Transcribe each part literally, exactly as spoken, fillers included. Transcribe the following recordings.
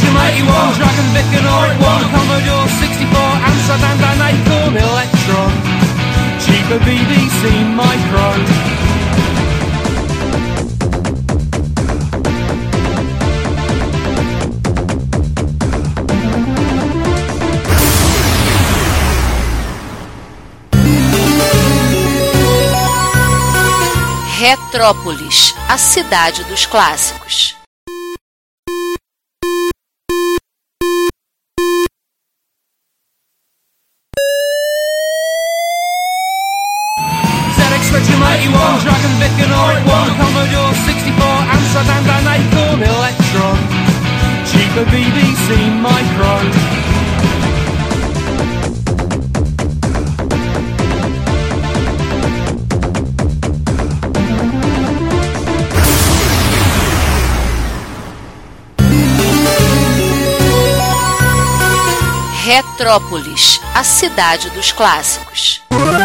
Spectrum eighty-one, Dragon Vic and Auric one, Commodore sixty-four, Amsterdam Dan Acorn Electron, cheaper B B C Micro. Retrópolis, a cidade dos clássicos. Z X Spectrum eighty-one, Dragon Vic and Auric one, Commodore sixty-four, Amsterdam Dan Acorn Electron, cheaper B B C Micro. Retrópolis, a cidade dos clássicos.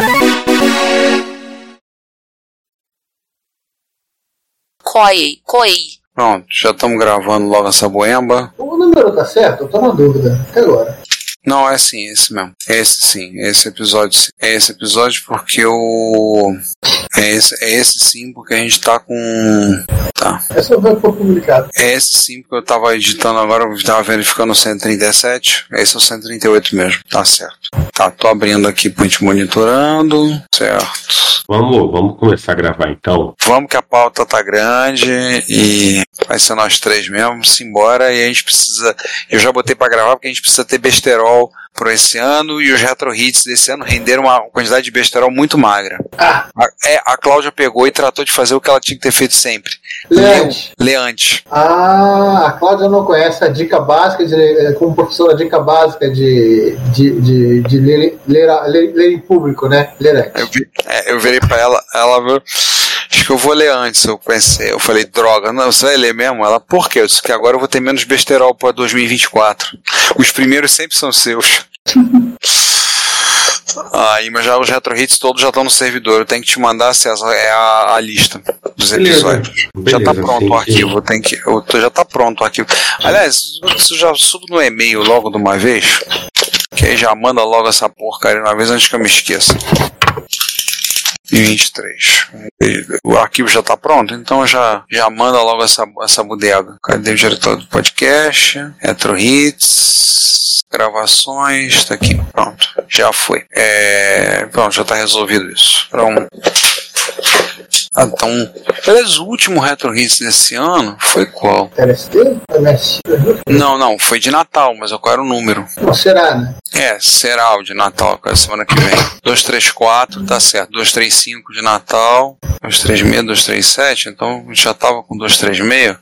Coei, coei. Pronto, já estamos gravando logo essa boemba. O número tá certo? Eu tô na dúvida até agora. Não, é sim, esse mesmo. Esse sim, esse episódio sim. É esse episódio porque o... É esse, é esse sim, porque a gente tá com... Tá. Esse é o que foi publicado. É esse sim, porque eu tava editando agora, eu tava verificando o cento e trinta e sete. Esse é o cento e trinta e oito mesmo, tá certo. Tá, tô abrindo aqui pra gente monitorando. Certo. Vamos, vamos começar a gravar então. Vamos que a pauta tá grande e vai ser nós três mesmo, simbora, e a gente precisa... Eu já botei pra gravar porque a gente precisa ter besterol por esse ano, e os retro hits desse ano renderam uma quantidade de besterol muito magra. Ah. A, é, a Cláudia pegou e tratou de fazer o que ela tinha que ter feito sempre. Leante. Leante. Ah, a Cláudia não conhece a dica básica, de, como professora, a dica básica de, de, de, de ler, ler, ler, ler em público, né? Ler eu, vi, é, eu virei pra ela, ela viu, acho que eu vou ler antes, eu pensei, eu falei, droga, não, você vai ler mesmo? Ela, por quê? Eu disse que agora eu vou ter menos besterol para dois mil e vinte e quatro. Os primeiros sempre são seus. Aí, mas já os retro hits todos já estão no servidor. Eu tenho que te mandar, César, é a, a lista dos episódios. Beleza. Já tá pronto sim, o arquivo. Tem que, eu, já tá pronto o arquivo. Aliás, eu já subo no e-mail logo de uma vez, que aí já manda logo essa porcaria uma vez antes que eu me esqueça. vinte e três. O arquivo já está pronto, então já, já manda logo essa, essa bodega. Cadê o diretor do podcast? Retro Hits, gravações, está aqui. Pronto, já foi. É, pronto, já está resolvido isso. Pronto. Então, beleza, o último Retro Hits desse ano foi qual? L S D? M S? Não, não, foi de Natal, mas qual era o número? Não será, né? É, será o de Natal, que é a semana que vem. dois três quatro, tá certo. dois três cinco de Natal. dois três seis, dois três sete, então a gente já tava com dois três seis.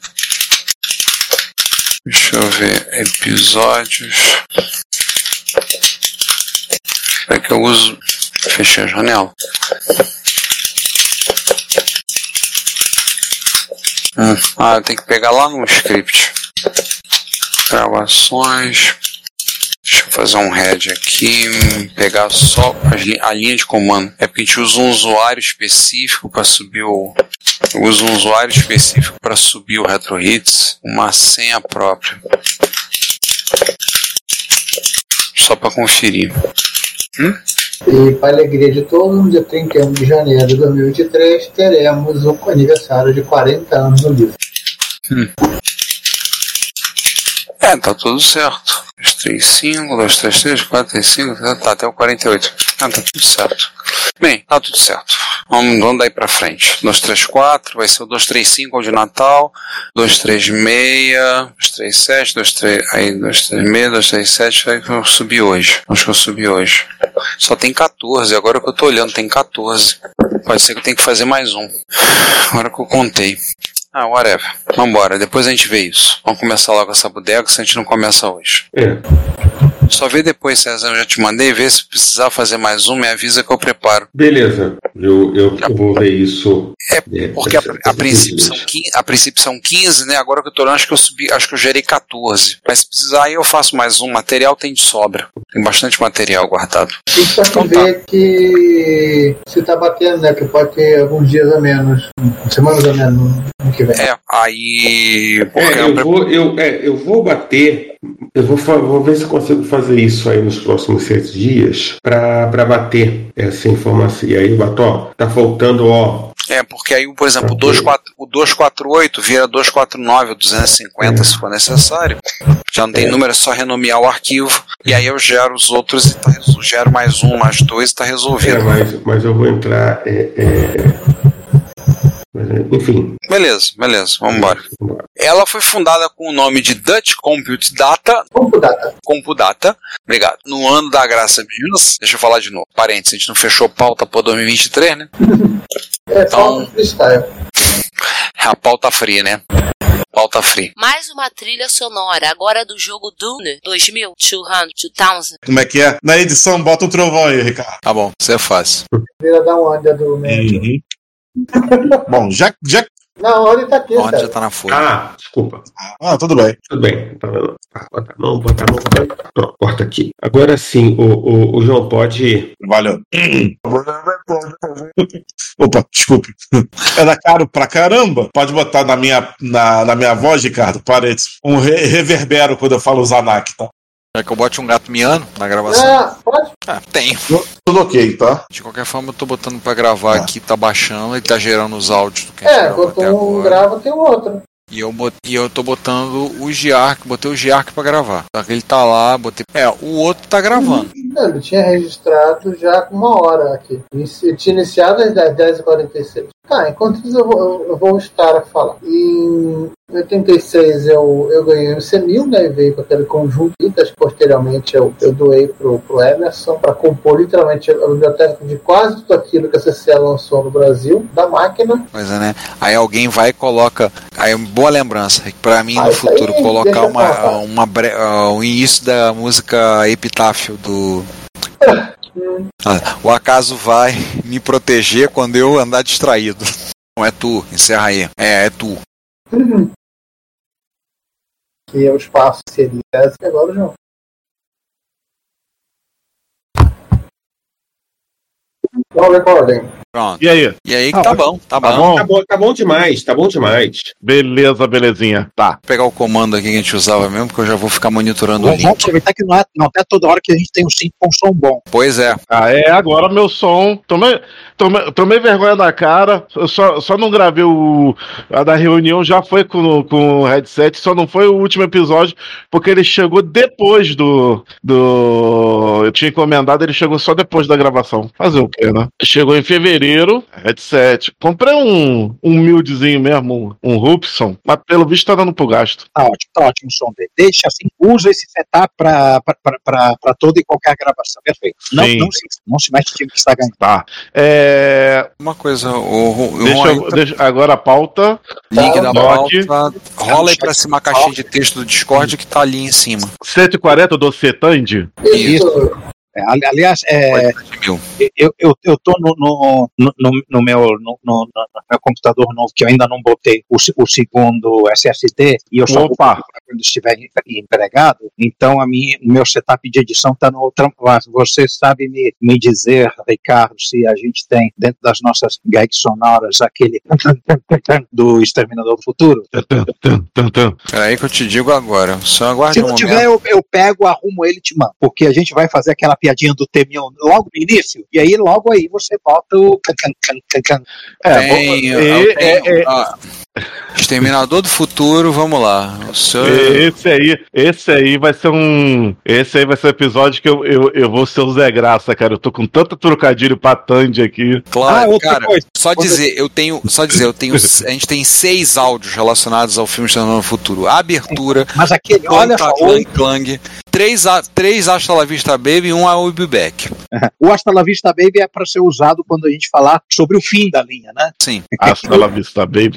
Deixa eu ver, episódios. É que eu uso... Fechei a janela. Hum. Ah, eu tenho que pegar lá no script. Gravações. Deixa eu fazer um head aqui. Pegar só a linha de comando. É porque a gente usa um usuário específico para subir o. Eu uso um usuário específico para subir o Retro Hits. Uma senha própria. Só para conferir. Hum? E para alegria de todos, no dia trinta e um de janeiro de dois mil e vinte e três, teremos o aniversário de quarenta anos do livro. Hum. É, tá tudo certo. dois três cinco, dois três três, quatro três cinco, tá até o quarenta e oito. Ah, tá tudo certo. Bem, tá tudo certo. Vamos, vamos daí pra frente. dois três quatro, vai ser o dois três cinco, o de Natal. dois três seis, dois três sete, dois três, aí dois três seis, dois três sete, aí que eu subi hoje. Acho que eu subi hoje. Só tem quatorze, agora que eu tô olhando, tem quatorze. Pode ser que eu tenha que fazer mais um. Agora que eu contei. Ah, whatever. Vambora, depois a gente vê isso. Vamos começar logo essa bodega, se a gente não começa hoje. É. Só vê depois, César, eu já te mandei, vê se precisar fazer mais um, me avisa que eu preparo. Beleza, eu, eu, eu vou ver isso. É, porque a, a, princípio são quinze, a princípio são quinze, né? Agora que eu tô olhando, acho que eu subi, acho que eu gerei quatorze. Mas se precisar, aí eu faço mais um. Material tem de sobra. Tem bastante material guardado. E só que então, ver tá. que se, se tá batendo, né? Que pode ter alguns dias a menos, semanas a menos no ano que vem. É, aí. É, eu, vou, eu, é, eu vou bater, eu vou, vou ver se eu consigo fazer isso aí nos próximos sete dias para bater essa informação. E aí, Bató, tá faltando, ó. É, porque aí, por exemplo, o, duzentos e quatro, o duzentos e quarenta e oito vira duzentos e quarenta e nove ou duzentos e cinquenta é. se for necessário. Já não tem é. número, é só renomear o arquivo. E aí eu gero os outros e tá, gero mais um, mais dois e tá resolvido. É, mas, mas eu vou entrar. É, é... Enfim. Beleza, beleza, vamos embora. Ela foi fundada com o nome de Dutch Compute Data. Compudata. Compudata, obrigado. No ano da graça de deixa eu falar de novo. Parênteses, a gente não fechou pauta para dois mil e vinte e três, né? É, então, freestyle. A pauta fria, né? Pauta free. Mais uma trilha sonora, agora do jogo Dune dois mil, dois mil. Como é que é? Na edição, bota o trovão aí, Ricardo. Tá bom, isso é fácil. Vira dar uma onda do médico. Uhum. Bom, já, já... Não, olha, tá aqui. A onda já tá na folha. Ah, desculpa. Ah, tudo bem. Tudo bem. Tá, bota a mão, bota a mão. Pronto, corta aqui. Agora sim, o, o, o João pode... Valeu. Opa, desculpe. Era caro pra caramba. Pode botar na minha, na, na minha voz, Ricardo, parênteses, um re reverbero quando eu falo Zanak, tá? Quer que eu bote um gato miando na gravação? Ah, pode? Ah, tem. Tudo ok, tá? De qualquer forma, eu tô botando pra gravar ah. aqui, tá baixando, ele tá gerando os áudios do que a gente gravou até agora. É, quando um grava, tem o outro. E eu, bot... e eu tô botando o Giark, botei o Giark pra gravar. Só que ele tá lá, botei... É, o outro tá gravando. Não, ele tinha registrado já com uma hora aqui. Ele tinha iniciado às dez e quarenta e seis. Tá, enquanto isso eu vou, eu vou estar a falar. Em oitenta e seis eu, eu ganhei o C mil, né, e veio com aquele conjunto. E posteriormente eu, eu doei pro, pro Emerson para compor literalmente a biblioteca de quase tudo aquilo que a C C E lançou no Brasil, da máquina. Pois é, né? Aí alguém vai e coloca... Aí, boa lembrança, para mim no ah, futuro, aí, colocar uma, uma bre... uh, o início da música Epitáfio do... Hum. Ah, o acaso vai me proteger quando eu andar distraído. Não é tu, encerra aí. É, é tu. Uhum. Que é o espaço seria esse agora, João. Não recordem. Pronto. E aí? E aí que tá, tá bom, tá, tá bom. bom. Tá bom, tá bom demais, tá bom demais. Beleza, belezinha. Tá. Vou pegar o comando aqui que a gente usava mesmo, porque eu já vou ficar monitorando o link. Vamos aproveitar que não é, não é toda hora que a gente tem um cinco com som bom. Pois é. Ah, é, agora meu som. Tomei, tomei, tomei vergonha na cara. Eu só, só não gravei o. A da reunião já foi com, com o headset, só não foi o último episódio, porque ele chegou depois do. do eu tinha encomendado, ele chegou só depois da gravação. Fazer o quê, né? Chegou em fevereiro, headset. Comprei um, um humildezinho mesmo, um Rupson, mas pelo visto tá dando pro gasto. Tá ótimo, tá ótimo o som dele. Deixa assim, usa esse setup pra, pra, pra, pra, pra toda e qualquer gravação. Perfeito. Não, não, se, não se mete o time que está ganhando. Tá. É... Uma coisa, o, o, deixa, eu, tá... deixa agora a pauta. Link da pauta. Rola aí pra cima a caixinha de texto do Discord que tá ali em cima. cento e quarenta do Cetand? Isso. É, aliás, é, eu, eu, eu tô no, no, no, no, meu, no, no, no meu computador novo, que eu ainda não botei o, o segundo S S D, e eu só vou quando estiver empregado, então a minha, o meu setup de edição está no outro. Você sabe me, me dizer, Ricardo, se a gente tem dentro das nossas gags sonoras aquele do Exterminador do Futuro? Peraí que eu te digo agora. Só aguarde se não um tiver, eu, eu pego, arrumo ele e te mando, porque a gente vai fazer aquela piadinha do Temião logo no início, e aí logo aí você bota o can, can, can, can. É, tem, eu tenho, é, é, ó, Exterminador do Futuro, vamos lá. Senhor... Esse aí, esse aí vai ser um. Esse aí vai ser um episódio que eu, eu, eu vou ser o Zé Graça, cara. Eu tô com tanto trocadilho pra Tandy aqui. Claro, ah, cara. Coisa. Só dizer, eu tenho. Só dizer, eu tenho. A gente tem seis áudios relacionados ao filme Exterminador do Futuro. A abertura. Mas aquele, olha só. Clang, clang, três, três Hasta La Vista Baby e um I Will Be Back. O Hasta La Vista Baby é para ser usado quando a gente falar sobre o fim da linha, né? Sim. Hasta La Vista Baby.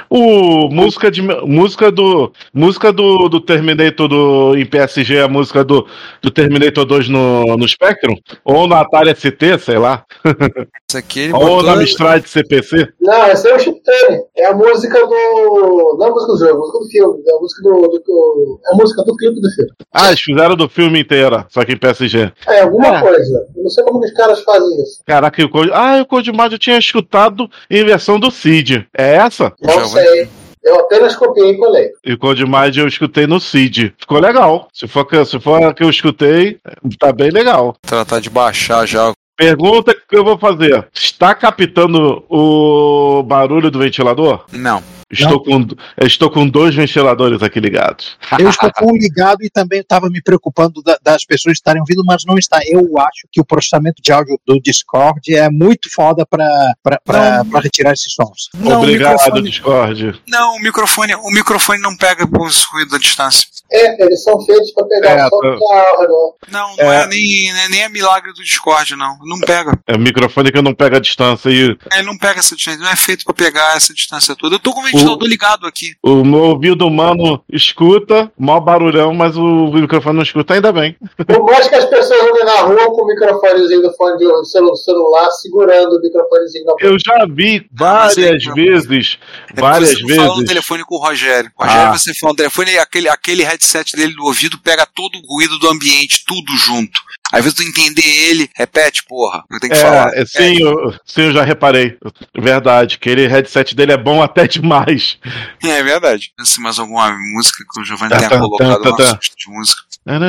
O música de música do música do, do Terminator do, em P S G, a música do, do Terminator dois no, no Spectrum? Ou no Atari S T, sei lá. Isso aqui ele Ou botou... na Amstrad C P C? Não, essa é o chiptune. É a música do. Não a música do jogo, a música do filme. É a música do. do, do... É a música do clipe do filme. Ah, eles fizeram do filme inteiro, só que em P S G. É, alguma É. coisa. Eu não sei como que os caras fazem isso. Caraca, e o Code... Ah, o Code Mod eu tinha escutado em versão do Cid. É essa? Não Já sei. Eu apenas copiei e colei. E o Code Mod eu escutei no Cid. Ficou legal. Se for, que- se for a que eu escutei, tá bem legal. Tratar de baixar já. Pergunta que eu vou fazer. Está captando o barulho do ventilador? Não. Estou com, estou com dois ventiladores aqui ligados. Eu estou com um ligado e também estava me preocupando da- das pessoas estarem ouvindo, mas não está. Eu acho que o processamento de áudio do Discord é muito foda para retirar esses sons. Não, o Obrigado, microfone- Discord. Não, o microfone, o microfone não pega os ruídos à distância. É, eles são feitos pra pegar É, o som tá. que há ao redor. Não, não É. é, nem, nem- nem é milagre do Discord, não. Não pega. É o microfone que não pega a distância e É, não pega essa distância. Não é feito pra pegar essa distância toda. Eu tô com o ventilador ligado aqui. o meu ouvido humano escuta, mó barulhão, mas o microfone não escuta, ainda bem. Por mais que as pessoas andem na rua com o microfonezinho do fone de celu- celular segurando o microfonezinho da Eu já vi várias Mas é- vezes, É várias você não fala no vezes. telefone com o Rogério. O Rogério, Ah. você fala no telefone e aquele, aquele headset dele do ouvido pega todo o ruído do ambiente, tudo junto. Às vezes tu entender ele, repete, porra. Eu tenho que falar. É, é, sim, eu, sim, eu já reparei. Verdade, aquele headset dele é bom até demais. É, é verdade. Se mais alguma música que o Giovanni Tá, tenha tá, colocado, tá, uma tá. susto de música.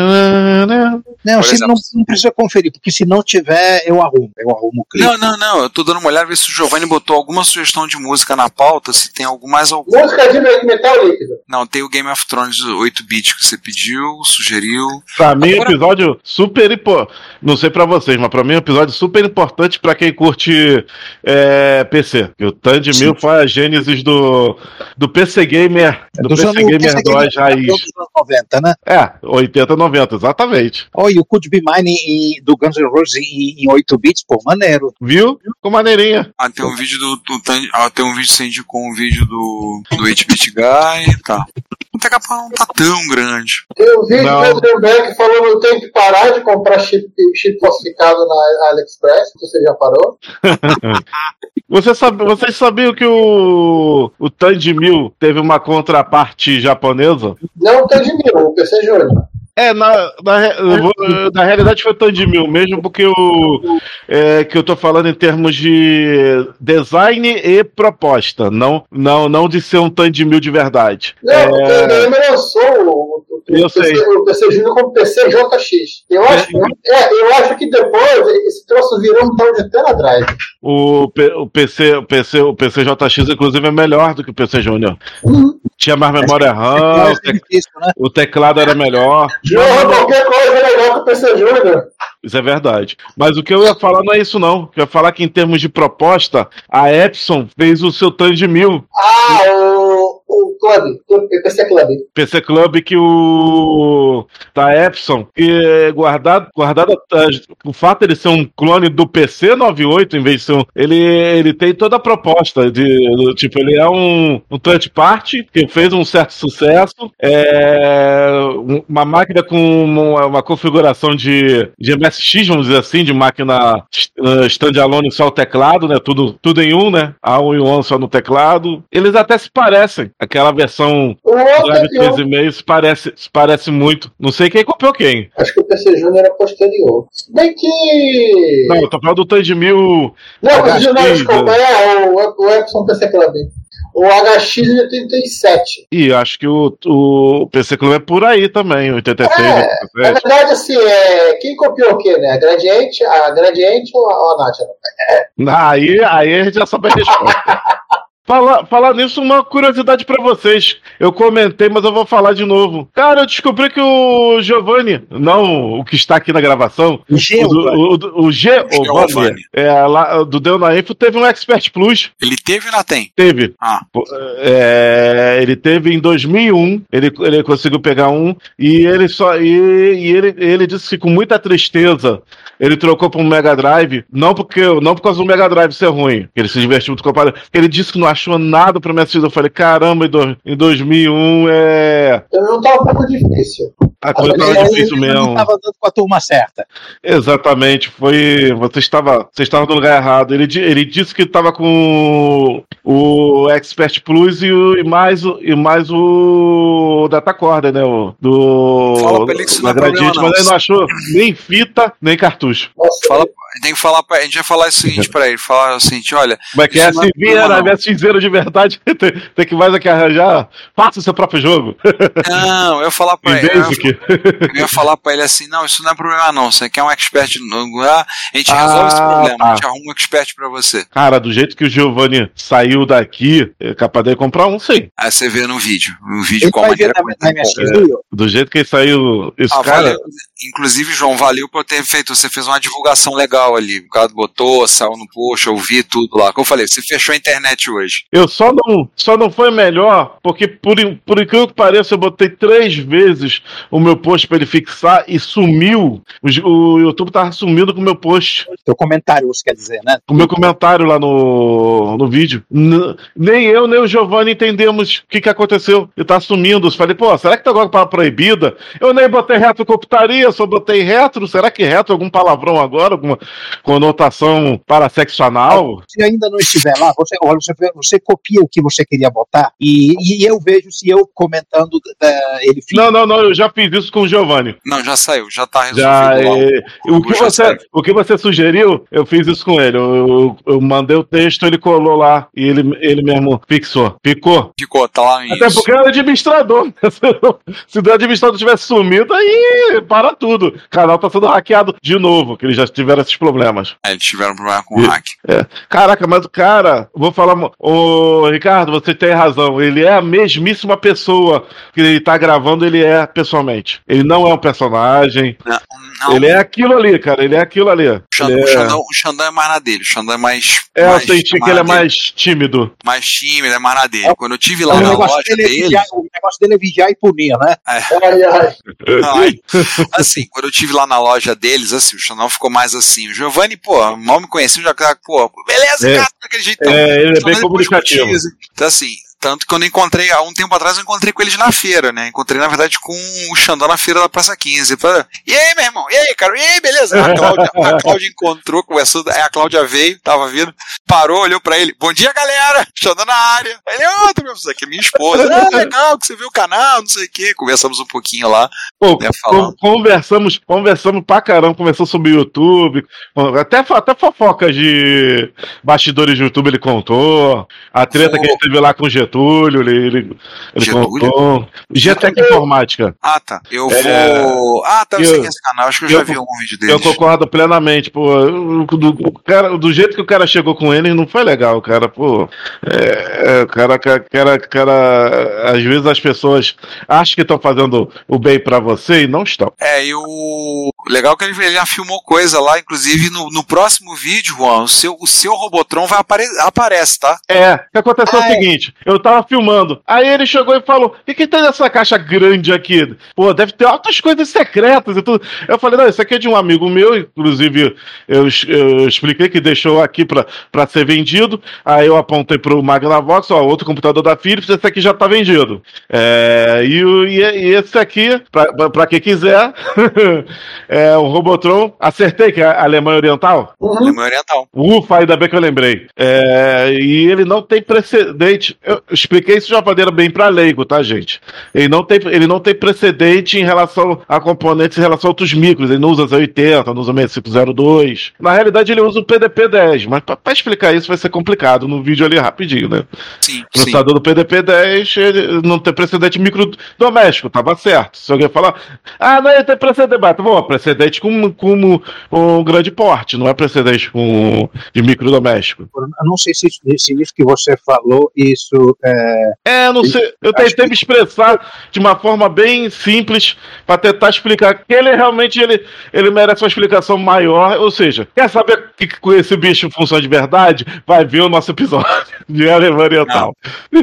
Não, Por se exemplo. não, não precisa conferir, porque se não tiver, eu arrumo. Eu arrumo o clipe. Não, não, não. Eu tô dando uma olhada ver se o Giovanni botou alguma sugestão de música na pauta, se tem algo mais algum. música de metal líquido. Não, tem o Game of Thrones oito bit que você pediu, sugeriu. Pra mim, Agora- episódio super importante. Não sei pra vocês, mas pra mim, é um episódio super importante pra quem curte é, P C. Que o Tandy Mil foi a gênesis do, do P C Gamer, do Dos P C anos- Gamer P C dois Gamer raiz. dos anos noventa, né? É, oitenta, noventa, exatamente. Olha, o Could Be Mine e- do Guns N' Roses em, em oito bits, pô, maneiro. Viu? Ficou maneirinha. Ah, tem um vídeo do. do Tan- ah, tem um vídeo que você indicou um vídeo do. do oito bit Guy. Tá. O T K P não tá tão grande. Tem um vídeo Não. do Andrew Beck falando que eu tenho que parar de comprar chip, chip falsificado na AliExpress. Você já parou? Você sabe, vocês sabiam que o, o Tandy Mil teve uma contraparte japonesa? Não tem de mil, o P C Júnior. É, na, na, re- eu vou- na realidade foi Tandy Mil, mesmo porque o é, que eu tô falando em termos de design e proposta, não, não, não de ser um Tandy Mil de verdade. Não, É, porque o Game lançou o, o, Eu o, sei. P C, o P C Júnior como P C J X. Eu acho, é, eu acho que depois esse troço virou um tal de Tera Drive. o, P- o PC, o PC, o P C J X inclusive é melhor do que o P C Júnior. Uhum. Tinha mais memória RAM, Mais o, tec- difícil, né? o teclado era melhor. Porra, qualquer coisa é melhor que o P C Júnior. Isso é verdade. Mas o que eu ia falar não é isso, não. Eu ia falar que, em termos de proposta, a Epson fez o seu Tandy Mil, Ah, o, o Club, o P C Club. P C Club, que o. Da Epson, que guardado, guardado eh, o fato de ele ser um clone do P C noventa e oito, em vez de ser um. Ele, ele tem toda a proposta. De, do, tipo, ele é um, um third party que fez um certo sucesso. É, um- uma máquina com uma, uma configuração de, de M S X, vamos dizer assim, de máquina uh, standalone só o teclado, né? Tudo, tudo em um, né? A um e um só no teclado. Eles até se parecem. Aquela versão O outro Drive é pior. três e meio se parece, se parece muito. Não sei quem copiou quem. Acho que o P C Júnior é posterior. Se bem que. Não, eu tô falando do Tandy Mil. Não, o P C H X, Júnior, desculpa, né? é o, o Epson P C Club. O H X de oitenta e sete. E acho que o, o P C Club é por aí também, oitenta e seis, É, oitenta e Na sete. verdade, assim, é, quem copiou o quê, né? A Gradiente, a Gradiente ou a, ou a National? Aí, aí a gente já sabe a resposta. Falar, falar nisso, uma curiosidade pra vocês. Eu comentei, mas eu vou falar de novo. Cara, eu descobri que o Giovanni, não o que está aqui na gravação, O G, o, do- o, o G, o Giovanni. é, lá, do Deu na Info, teve um Expert Plus. Ele teve ou ainda tem? Teve. Ah, É, ele teve em dois mil e um, ele, ele conseguiu pegar um, e ele só e, e ele, ele disse que com muita tristeza ele trocou para um Mega Drive, não porque não por causa do Mega Drive ser ruim, que ele se divertiu muito com o aparelho, ele disse que não achava achou nada pra minha assistir. Eu falei, caramba, em, do, em dois mil e um é... Eu não tava um pouco difícil. A coisa estava difícil mesmo. Não estava dando com a turma certa. Exatamente, foi. Você estava, você estava no lugar errado. Ele, ele disse que estava com o, o Expert Plus e, o, e, mais, o, e mais o Datacorder, né? O, do. Fala pra ele que isso não é problema, não. Mas ele não achou nem fita, nem cartucho. Nossa, Fala, tem que falar pra, a gente vai falar o seguinte pra ele, falar o seguinte, olha... Mas que é isso não é assim, problema, na não. minha cinzeira de verdade, tem, tem que mais aqui arranjar, faça o seu próprio jogo. Não, eu ia falar pra Em ele, eu Basic. ia, eu ia falar pra ele assim, não, isso não é problema não, você quer um expert no lugar, a gente resolve Ah, esse problema, tá. a gente arruma um expert pra você. Cara, do jeito que o Giovanni saiu daqui, é capaz de comprar um, sim. Aí você vê no vídeo, no vídeo Ele com a vai ver maneira na, como na minha ele X P. Do jeito que ele saiu, esse Ah, cara... valeu. Inclusive, João, valeu por ter feito. Você fez uma divulgação legal ali. O cara botou, saiu no post, eu vi tudo lá. Como eu falei, você fechou a internet hoje. Eu só não, só não foi melhor, porque por, in- por incrível que pareça, eu botei três vezes o meu post pra ele fixar e sumiu. O, G- o YouTube tava sumindo com o meu post, Teu comentário, você quer dizer, né? com o meu comentário lá no, no vídeo. N- nem eu, nem o Giovanni entendemos o que, que aconteceu. Ele tá sumindo. Eu falei, pô, será que tá alguma palavra proibida? Eu nem botei retrocomputaria, só botei retro. Será que retro é algum palavrão agora? Alguma conotação parassexual? Se ainda não estiver lá, você, olha, você, você copia o que você queria botar e, e eu vejo se eu comentando uh, ele fica. Não, não, não, eu já fiz isso com o Giovanni. Não, já saiu, já tá resolvido Já, lá. é, o, que já você, saiu. o que você sugeriu, eu fiz isso com ele. Eu, eu, eu mandei o texto, ele colou lá e ele, ele mesmo fixou. Ficou. Ficou, tá lá no Até início. porque era administrador. Se o administrador tivesse sumido, aí para tudo. O canal tá sendo hackeado de novo, que eles já tiveram esses problemas. É, eles tiveram problema com o E- hack. É. Caraca, mas o cara, vou falar. Ô, Ricardo, você tem razão. Ele é a mesmíssima pessoa que ele tá gravando, ele é pessoalmente. Ele não é um personagem. Não, não, Ele é aquilo ali, cara. Ele é aquilo ali. o, Xandão, Ele o, é... Xandão, o Xandão é mais na dele. O Xandão é mais. É, eu mais, senti que ele é mais tímido. mais tímido, é mais na dele. Quando eu tive lá o, na negócio loja dele é dele. vigiar, o negócio dele é vigiar e punir, né? ai, ai. Ai. Assim, quando eu tive lá na loja deles, assim, o Xandão ficou mais assim. O Giovanni, pô, mal me conheceu, já, pô, beleza, É. cara, daquele jeitão. É, ele é O Xandão bem depois comunicativo. curtiu, assim. Então, assim, tanto que quando eu encontrei, há um tempo atrás, eu encontrei com eles na feira, né? Encontrei, na verdade, com o Xandão na feira da Praça quinze. Falei, e aí, meu irmão? E aí, cara? E aí, beleza? A Cláudia, a Cláudia encontrou, conversou, aí a Cláudia veio, tava vindo, parou, olhou pra ele, bom dia, galera! Xandão na área. Ele, ô, tu meu, isso aqui é minha esposa. Ah, legal que você viu o canal, não sei o quê. Conversamos um pouquinho lá. Pô, Né, falando. con- conversamos, conversamos pra caramba, conversou sobre o YouTube, até, fo- até fofocas de bastidores de YouTube ele contou, a treta Pô. que ele teve lá com o Getúlio, ele, ele, ele Getúlio? contou. Getec Informática. Ah, tá. Eu É, vou. Ah, tá, eu, eu- sei que é esse canal. Acho que eu, eu já vi co- algum vídeo Eu deles. concordo plenamente, pô. o- Do, o cara, do jeito que o cara chegou com ele, não foi legal, cara, pô. É, é, o cara, cara, cara, às vezes as pessoas acham que estão fazendo o bem pra você e não estão. É, e o legal é que ele, ele já filmou coisa lá, inclusive no, no próximo vídeo, Juan, o seu, o seu Robotron vai apare aparece, tá? É, o que aconteceu é Ah, o é. seguinte, eu tava filmando, aí ele chegou e falou, o que que tem nessa caixa grande aqui? Pô, deve ter altas coisas secretas e tudo. Eu falei, não, isso aqui é de um amigo meu, inclusive eu, eu expliquei que deixou aqui pra, pra ser vendido, aí eu apontei pro Magnavox, ó, outro computador da Philips, esse aqui já tá vendido. É, e, o- e, e esse aqui, pra, pra, pra quem quiser, é o Robotron, acertei que é a Alemanha Oriental? Alemanha Oriental. Ufa, ainda bem que eu lembrei. É, e ele não tem precedente. Eu expliquei isso de uma maneira bem para leigo, tá, gente? Ele não, tem, ele não tem precedente em relação a componentes em relação a outros micros. Ele não usa Z oitenta, não usa sessenta e cinco zero dois. Na realidade, ele usa o P D P dez, mas para explicar isso vai ser complicado no vídeo ali rapidinho, né? Sim, O sim. processador do P D P dez ele não tem precedente micro doméstico, tava certo. Se alguém falar, ah, não, ele tem precedente, mas, bom, precedente com, com um grande porte, não é precedente com, de micro doméstico. Eu não sei se, se isso que você falou, isso é, É, não sei, eu Acho tentei que- me expressar de uma forma bem simples para tentar explicar que ele realmente ele, ele merece uma explicação maior, ou seja, quer saber que, que esse bicho funciona de verdade? Vai ver o nosso episódio de Alemanha Oriental.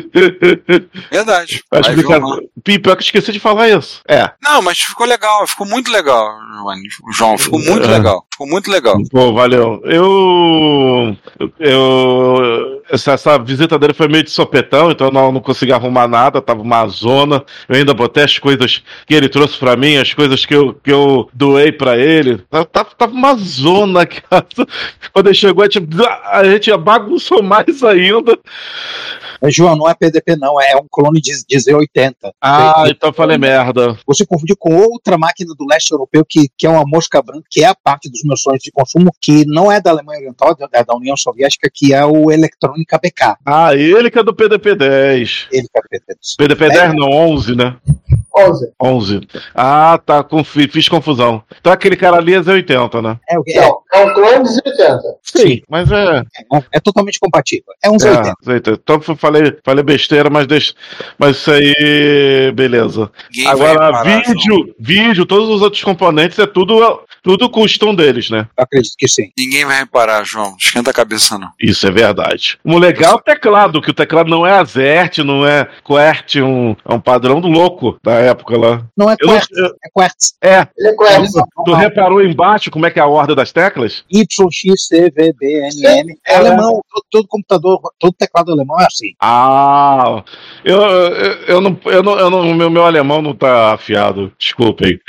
Verdade. Vai Vai ver explicar. uma- Pior que esqueci de falar isso. É. Não, mas ficou legal, ficou muito legal, João. João, ficou muito É. legal. Ficou muito legal. Pô, valeu. Eu. Eu. essa, essa visita dele foi meio de sopetão, então eu não, não consegui arrumar nada, tava uma zona. Eu ainda botei as coisas que ele trouxe pra mim, as coisas que eu, que eu doei pra ele. Tava, tava uma zona, cara. Quando ele chegou, a gente, a gente bagunçou mais ainda. João, não é P D P não, é um clone de, de Z oitenta. Ah, Você, então eu falei merda. Você confundiu com outra máquina do leste europeu que, que é uma mosca branca, que é a parte dos meus sonhos de consumo, que não é da Alemanha Oriental, é da União Soviética, que é o Eletrônica B K. Ah, ele que é do P D P dez. Ele que é do P D P dez. P D P dez não, onze, né? onze. onze. Ah, tá, confi, fiz confusão. Então aquele cara ali é Z oitenta, né? É, é, Não, é um clone de Z oitenta. Sim, mas é... É, é totalmente compatível. É um Z oitenta. É, Z oitenta. Então eu falei, falei besteira, mas, deixa, mas isso aí, beleza. Ninguém Agora, vai reparar, vídeo, João. vídeo, todos os outros componentes, é tudo, tudo custom deles, né? Eu acredito que sim. Ninguém vai reparar, João. Esquenta a cabeça, não. Isso é verdade. O legal é o teclado, que o teclado não é Azert, não é QWERTZ, um, é um padrão do louco da época lá. Não é Eu não- Quartz, eu- é Quartz. É, Ele é Quercus. tu reparou embaixo como é que é a ordem das teclas? Y, X, C, V, B, N, M. É É. alemão. Todo, todo computador, todo teclado alemão é assim. Ah, eu, eu, eu não, eu não, eu não, meu, meu alemão não tá afiado, desculpem.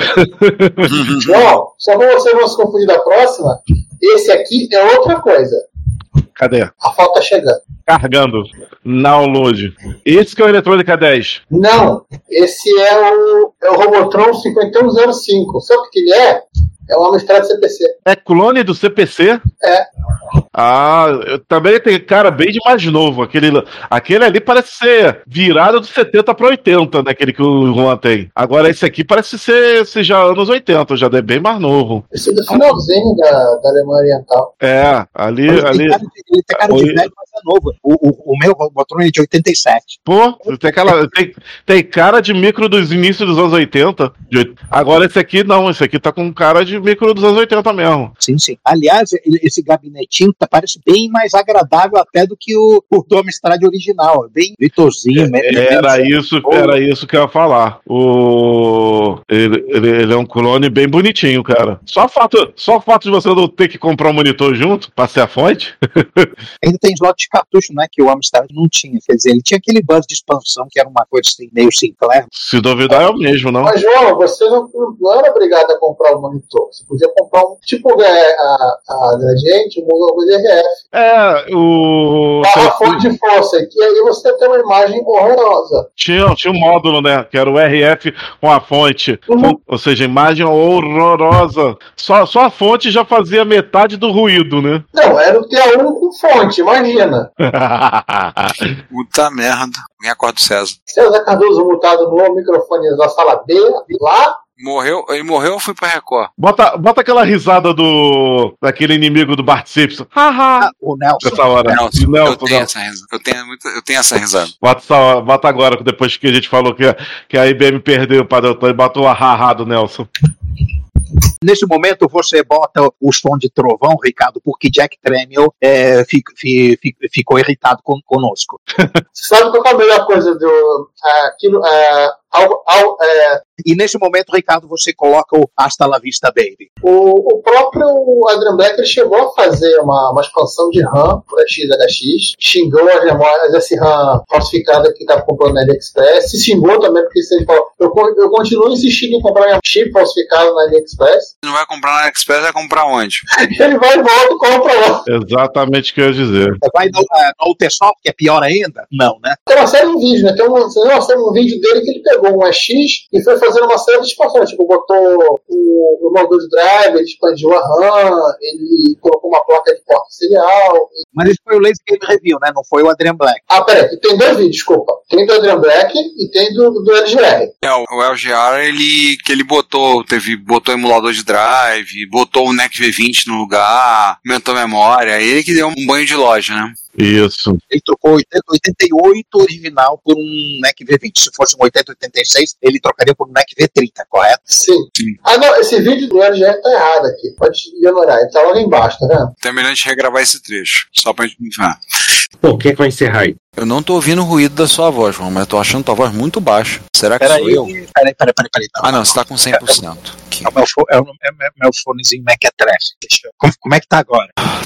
João, só pra você não se confundir da próxima, esse aqui é outra coisa. Cadê? A foto tá chegando. Carregando. Download. Esse que é o Eletrônica dez. Não, esse é o, é o Robotron cinquenta e um zero cinco. Sabe o que ele é? É uma mistura de C P C. É clone do C P C? É. Ah, eu também tem cara bem de mais novo. Aquele, aquele ali parece ser virado dos setenta para oitenta, né? Aquele que o Juan tem. Agora esse aqui parece ser, ser já anos oitenta, já é bem mais novo. Esse é do finalzinho da, da Alemanha Oriental. É, ali. Ele tem ali cara de, ele tem cara de Oi. velho, mas é novo. O, o, o meu Robotron é de oitenta e sete. pô, tem, aquela, tem, tem cara de micro dos inícios dos anos oitenta. De oit- Agora esse aqui não, esse aqui tá com cara de micro dos anos oitenta mesmo. Sim, sim. Aliás, ele- esse gabinetinho tá, parece bem mais agradável até do que o, o do Amstrad original. É bem vitorzinho. Era isso, era isso que eu ia falar. O... Ele, ele, ele é um clone bem bonitinho, cara. Só o fato, só o fato de você não ter que comprar um monitor junto pra ser a fonte. Ainda tem slot de cartucho, né? Que o Amstrad não tinha. Quer dizer, ele tinha aquele bus de expansão que era uma coisa assim, meio Sinclair. Se duvidar, é o mesmo, não? Mas, João, você não, não era obrigado a comprar um monitor. Você podia comprar um. Tipo é, a, a Gradiente, um logo de R F. É, o. A fonte de força. Que aí você tem uma imagem horrorosa. Tinha, tinha um módulo, né? Que era o R F com a fonte. Uhum. Ou seja, imagem horrorosa. Só, só a fonte já fazia metade do ruído, né? Não, era o T A um com fonte, imagina. Puta merda. Alguém acorda o César. César Cardoso mutado no microfone da sala B, lá. Morreu, ele morreu ou foi pra Record? Bota, bota aquela risada do. Daquele inimigo do Bart Simpson. Haha! Ah, o Nelson. Essa hora. Nelson, eu Nelson, tenho Nelson. essa risada. Eu tenho, muito, eu tenho essa risada. Bota, essa- bota agora, depois que a gente falou que, a- que a I B M perdeu o Padrão, e botou a haha do Nelson. Nesse momento você bota o som de trovão, Ricardo, porque Jack Tramiel é, fico- fi- fi- ficou irritado con- conosco. Você sabe qual é a melhor coisa do. Aquilo. É, ao, ao, é, E nesse momento, Ricardo, você coloca o Hasta la Vista Baby. o, o próprio Adrian Black ele chegou a fazer uma, uma expansão de RAM para X H X, xingou as memórias, esse RAM falsificada que estava comprando na AliExpress, se xingou também porque ele falou: eu, con- eu continuo insistindo em comprar minha chip falsificada na AliExpress. Não vai comprar na AliExpress, vai comprar onde? Ele vai e volta e compra lá. Exatamente o que eu ia dizer. Vai no, uh, no Ultrasoft, que é pior ainda? Não, né? Tem uma série de vídeos, né? Tem uma, tem uma série de um vídeo dele que ele pegou um X e foi fazendo uma série de expansões. Tipo, botou o, o emulador de drive, ele expandiu a RAM, ele colocou uma placa de porta serial. Mas esse foi o Lazy Game Review, né? Não foi o Adrian Black. Ah, peraí, tem dois vídeos, desculpa. Tem do Adrian Black e tem do, do L G R. É, o, o L G R, ele, que ele botou, teve, botou emulador de drive, botou o N E C V vinte no lugar, aumentou a memória, ele que deu um banho de loja, né? Isso. Ele trocou o oitenta e oito original por um N E C V vinte. Se fosse um oitenta oitenta e seis, ele trocaria por um N E C V trinta, correto? Sim. Sim. Ah, não, esse vídeo do L G R tá errado aqui. Pode ignorar, ele tá logo embaixo, tá vendo? Então é melhor a gente regravar esse trecho, só pra gente ver. Bom, quem é que vai encerrar aí? Eu não tô ouvindo o ruído da sua voz, João, mas eu tô achando tua voz muito baixa. Será que Peraí, sou eu? peraí, peraí, peraí. peraí não. Ah, não, você tá com cem por cento. É o meu, fo- é o- é o meu fonezinho Mequetrefe. Deixa eu- Como, como é que tá agora?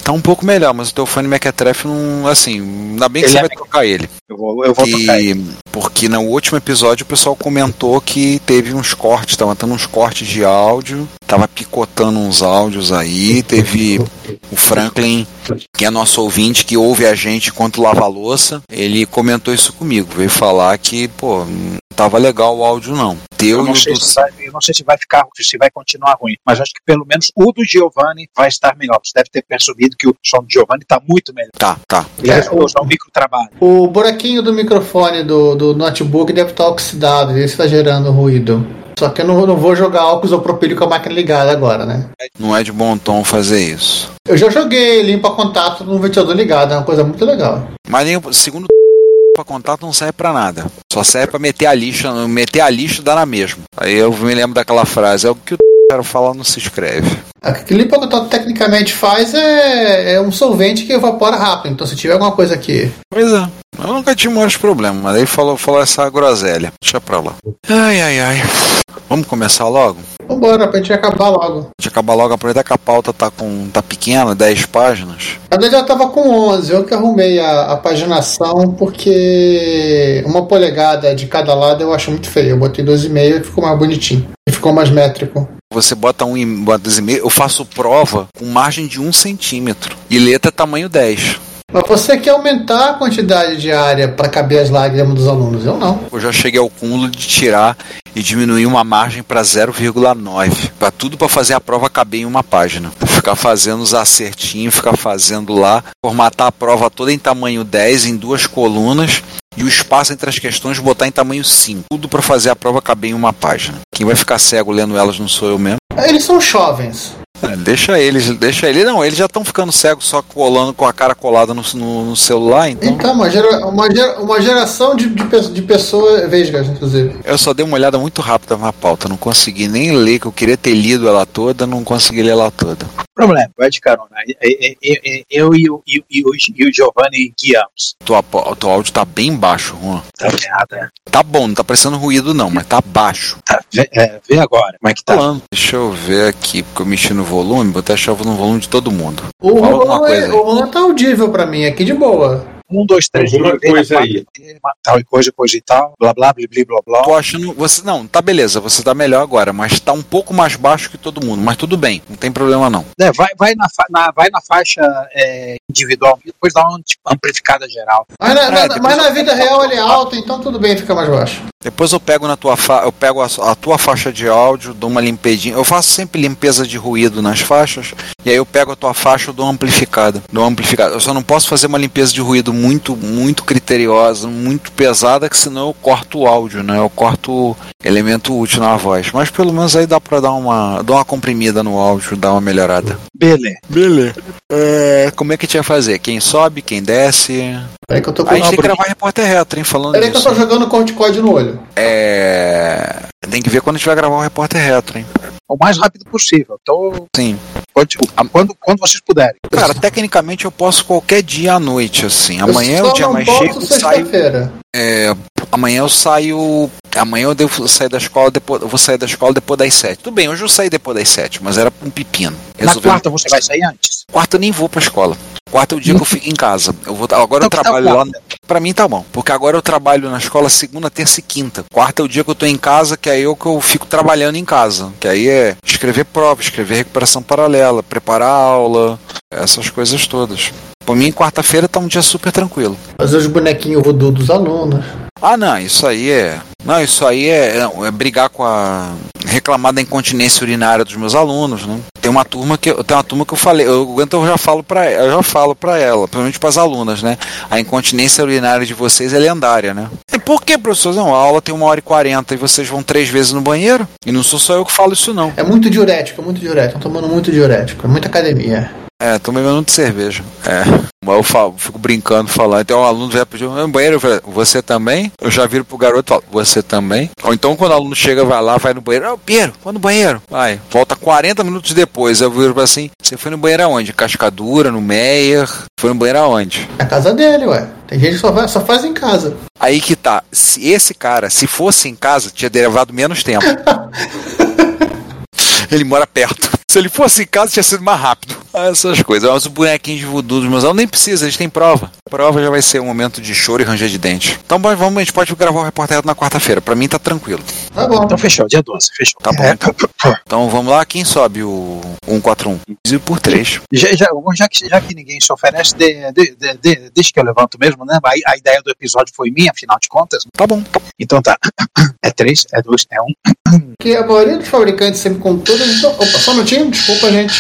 Tá um pouco melhor, mas o teu fone mequetrefe não, assim, ainda bem que Ele você é vai mequetrefe. trocar ele. Eu vou, eu vou que, trocar ele. Porque no último episódio o pessoal comentou que teve uns cortes, tava tendo uns cortes de áudio, tava picotando uns áudios aí, teve o Franklin, que é nosso ouvinte, que ouve a gente enquanto lava a louça, ele comentou isso comigo, veio falar que, pô, não tava legal o áudio não. Deu Eu não, sei se vai, eu não sei se vai ficar, se vai continuar ruim, mas acho que pelo menos o do Giovanni vai estar melhor. Você deve ter percebido que o som do Giovanni está muito melhor. Tá, tá. Ele É, resolveu usar um microtrabalho. O buraquinho do microfone do, do notebook deve estar oxidado, e isso está gerando ruído. Só que eu não, não vou jogar álcool isopropílico com a máquina ligada agora, né? Não é de bom tom fazer isso. Eu já joguei limpa contato no ventilador ligado, é uma coisa muito legal. Mas nem, segundo para contato não serve pra nada. Só serve pra meter a lixa, meter a lixa e dar na mesma. Aí eu me lembro daquela frase, é o que o quero falar não se escreve. O que limpa contato tecnicamente faz é, é um solvente que evapora rápido. Então se tiver alguma coisa aqui... Pois é. Eu nunca tive maiores problemas, mas aí falou, falou essa groselha. Deixa pra lá. Ai, ai, ai. Vamos começar logo? Vambora, pra gente acabar logo. Deixa acabar logo, aproveitar que a pauta tá, com, tá pequena, dez páginas. Na verdade ela tava com onze, eu que arrumei a, a paginação porque uma polegada de cada lado eu acho muito feio. Eu botei doze e meio e ficou mais bonitinho. E ficou mais métrico. Você bota um e bota dois e meio, eu faço prova com margem de um centímetro. E letra tamanho dez. Mas você quer aumentar a quantidade de área para caber as lágrimas dos alunos? Eu não. Eu já cheguei ao cúmulo de tirar e diminuir uma margem para zero vírgula nove. Para tudo para fazer a prova caber em uma página. Ficar fazendo os acertinhos, ficar fazendo lá, formatar a prova toda em tamanho dez, em duas colunas, e o espaço entre as questões botar em tamanho cinco. Tudo para fazer a prova caber em uma página. Quem vai ficar cego lendo elas não sou eu mesmo. Eles são jovens. É, deixa eles, deixa ele. Não, eles já estão ficando cegos só colando com a cara colada no, no, no celular, então. Então, uma, gera, uma, gera, uma geração de, de, de pessoas vesgas, inclusive. Eu só dei uma olhada muito rápida na pauta, não consegui nem ler, que eu queria ter lido ela toda, não consegui ler ela toda. Problema, vai de carona. Eu e o, e, e o, e o Giovanni guiamos. Tua, o teu áudio tá bem baixo, Juan. Tá nada. Tá bom, não tá parecendo ruído não, mas tá baixo. Tá, vê, é, vê agora, como é que tá? Falando. Deixa eu ver aqui, porque eu mexi no volume, vou até achar no volume de todo mundo. O Juan é, tá audível pra mim, aqui de boa. Um, dois, três, alguma coisa aí. Tal e coisa, coisa e tal, blá blá, blá blá blá. Tô achando, você não, tá beleza, você tá melhor agora, mas tá um pouco mais baixo que todo mundo, mas tudo bem, não tem problema não. É, vai, vai, na, fa, na, vai na faixa é, individual e depois dá uma amplificada geral. Mas na, é, na, mas na vida real ele é alto, então tudo bem, fica mais baixo. Depois eu pego na tua fa... eu pego a, a tua faixa de áudio, dou uma limpedinha. Eu faço sempre limpeza de ruído nas faixas, e aí eu pego a tua faixa e dou uma amplificada. Dou uma amplificada. Eu só não posso fazer uma limpeza de ruído muito, muito criteriosa, muito pesada, que senão eu corto o áudio, né? Eu corto o elemento útil na voz. Mas pelo menos aí dá pra dar uma, dar uma comprimida no áudio, dar uma melhorada. Beleza. Beleza. É, como é que a gente vai fazer? Quem sobe, quem desce? Peraí que eu tô com a gente tem que gravar repórter retro, hein? Falando Peraí que disso. eu tô jogando corticoide no olho. É. Tem que ver quando a gente vai gravar o repórter retro, hein? O mais rápido possível. Então, sim. Pode, quando, quando vocês puderem. Cara, tecnicamente eu posso qualquer dia à noite, assim. Amanhã é o dia mais cheio. Sexta-feira. É, amanhã eu saio. Amanhã eu devo sair da escola depois. Eu vou sair da escola depois das sete. Tudo bem, hoje eu saí depois das sete, mas era um pepino. Resolveu... Na quarta você vai sair antes? Quarta eu nem vou pra escola. Quarta é o dia que eu fico em casa. Eu vou, agora então, eu trabalho tá lá. Pra mim tá bom. Porque agora eu trabalho na escola segunda, terça e quinta. Quarta é o dia que eu tô em casa, que aí eu que eu fico trabalhando em casa. Que aí é escrever prova, escrever recuperação paralela, preparar aula, essas coisas todas. Por mim, quarta-feira tá um dia super tranquilo. Fazer os bonequinhos voodoo dos alunos. Ah, não, isso aí é... Não, isso aí é, é brigar com a... reclamar da incontinência urinária dos meus alunos, né? Tem uma turma que, tem uma turma que eu falei, eu, então eu já falo pra, eu já falo pra ela, principalmente pras alunas, né? A incontinência urinária de vocês é lendária, né? E por que, professor? Não, a aula tem uma hora e quarenta e vocês vão três vezes no banheiro? E não sou só eu que falo isso, não. É muito diurético, é muito diurético. Estão tomando muito diurético, é muita academia. É, tô bebendo muito cerveja. É. Mas eu falo, fico brincando, falando. Então um aluno já pediu no banheiro, eu falei, você também? Eu já viro pro garoto e falo, você também? Ou então quando o aluno chega, vai lá, vai no banheiro. Ô, Piero, vai no banheiro. Vai. Volta quarenta minutos depois. Eu viro assim, você foi no banheiro aonde? Cascadura, no Meyer? Foi no banheiro aonde? Na casa dele, ué. Tem gente que só, vai, só faz em casa. Aí que tá. Se esse cara, se fosse em casa, tinha levado menos tempo. Ele mora perto. Se ele fosse em casa, tinha sido mais rápido. Essas coisas. Mas o bonequinho de voodoo dos meus alunos nem precisa, eles têm prova. Prova já vai ser um momento de choro e ranger de dente. Então bom, vamos, a gente pode gravar o Repórter na quarta-feira. Pra mim tá tranquilo. Tá bom. Então fechou, dia doze, fechou. Tá bom. Então, então vamos lá, quem sobe o cento e quarenta e um? Dividido por três. Já, já, já, que, já que ninguém se oferece, de, de, de, de, deixa que eu levanto mesmo, né? A, a ideia do episódio foi minha, afinal de contas. Tá bom. Então tá. É três, é dois, é um. Que a maioria dos fabricantes sempre com tudo. Então, opa, só um minutinho, desculpa, gente.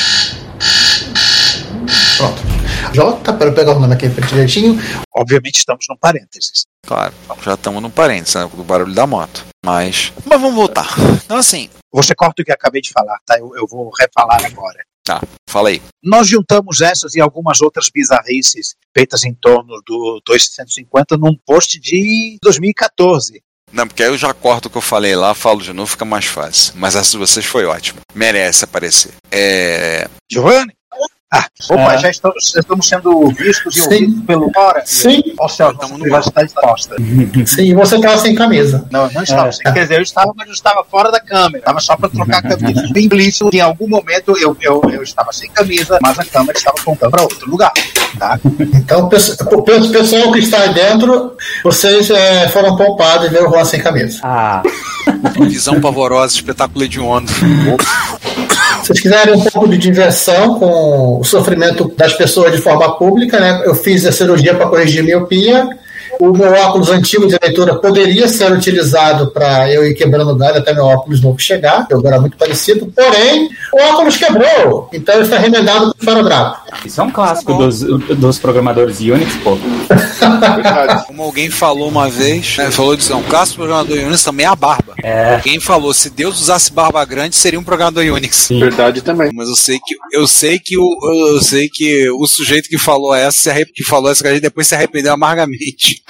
Pronto. J, para eu pegar o nome aqui direitinho. Obviamente estamos num parênteses. Claro, já estamos num parênteses, né, do barulho da moto. Mas, mas vamos voltar. Então assim... Você corta o que eu acabei de falar, tá? Eu, eu vou refalar agora. Tá, fala aí. Nós juntamos essas e algumas outras bizarrices feitas em torno do duzentos e cinquenta num post de dois mil e catorze. Não, porque aí eu já corto o que eu falei lá, falo de novo, fica mais fácil. Mas essa de vocês foi ótima. Merece aparecer. É... Giovanni? Ah, opa, ah. já estamos, já estamos sendo vistos e Sim. ouvidos pelo Bora. Sim. Ó céu, estamos no privacidade exposta. Sim, e você estava sem camisa. Não, não estava É. sem. Quer dizer, eu estava, mas eu estava fora da câmera. Estava só para trocar a camisa. Bem implícito, em algum momento eu, eu, eu estava sem camisa, mas a câmera estava apontando para outro lugar. Tá? Então, o pessoal que está aí dentro, vocês é, foram poupados de ver o Juan sem camisa. Ah. Visão pavorosa, espetáculo hediondo. Se vocês quiserem um pouco de diversão com o sofrimento das pessoas de forma pública, né? Eu fiz a cirurgia para corrigir miopia. O meu óculos antigo de leitura poderia ser utilizado para eu ir quebrando galho até meu óculos novo chegar, que agora é muito parecido, porém, o óculos quebrou, então ele está remendado com ferrodrapo. Isso é um clássico dos, dos programadores Unix, pô. Como alguém falou uma vez, né, falou de um clássico programador Unix também é a barba. É. Alguém falou, se Deus usasse barba grande, seria um programador Unix. Sim. Verdade também. Mas eu sei que eu sei que o eu sei que o sujeito que falou essa, se arrep... que falou essa, depois se arrependeu amargamente.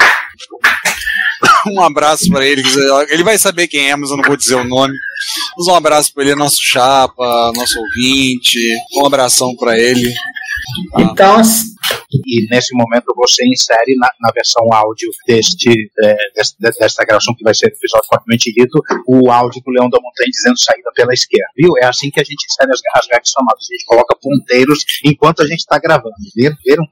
Um abraço pra ele. Ele vai saber quem é, mas eu não vou dizer o nome. Mas um abraço pra ele, nosso chapa, nosso ouvinte. Um abração pra ele. Então, E nesse momento você insere na, na versão áudio deste, é, desta, desta gravação que vai ser episódio propriamente dito, o áudio do Leão da Montanha dizendo saída pela esquerda. Viu? É assim que a gente insere as, as gags sonoras. A gente coloca ponteiros enquanto a gente está gravando. Viram? Viram?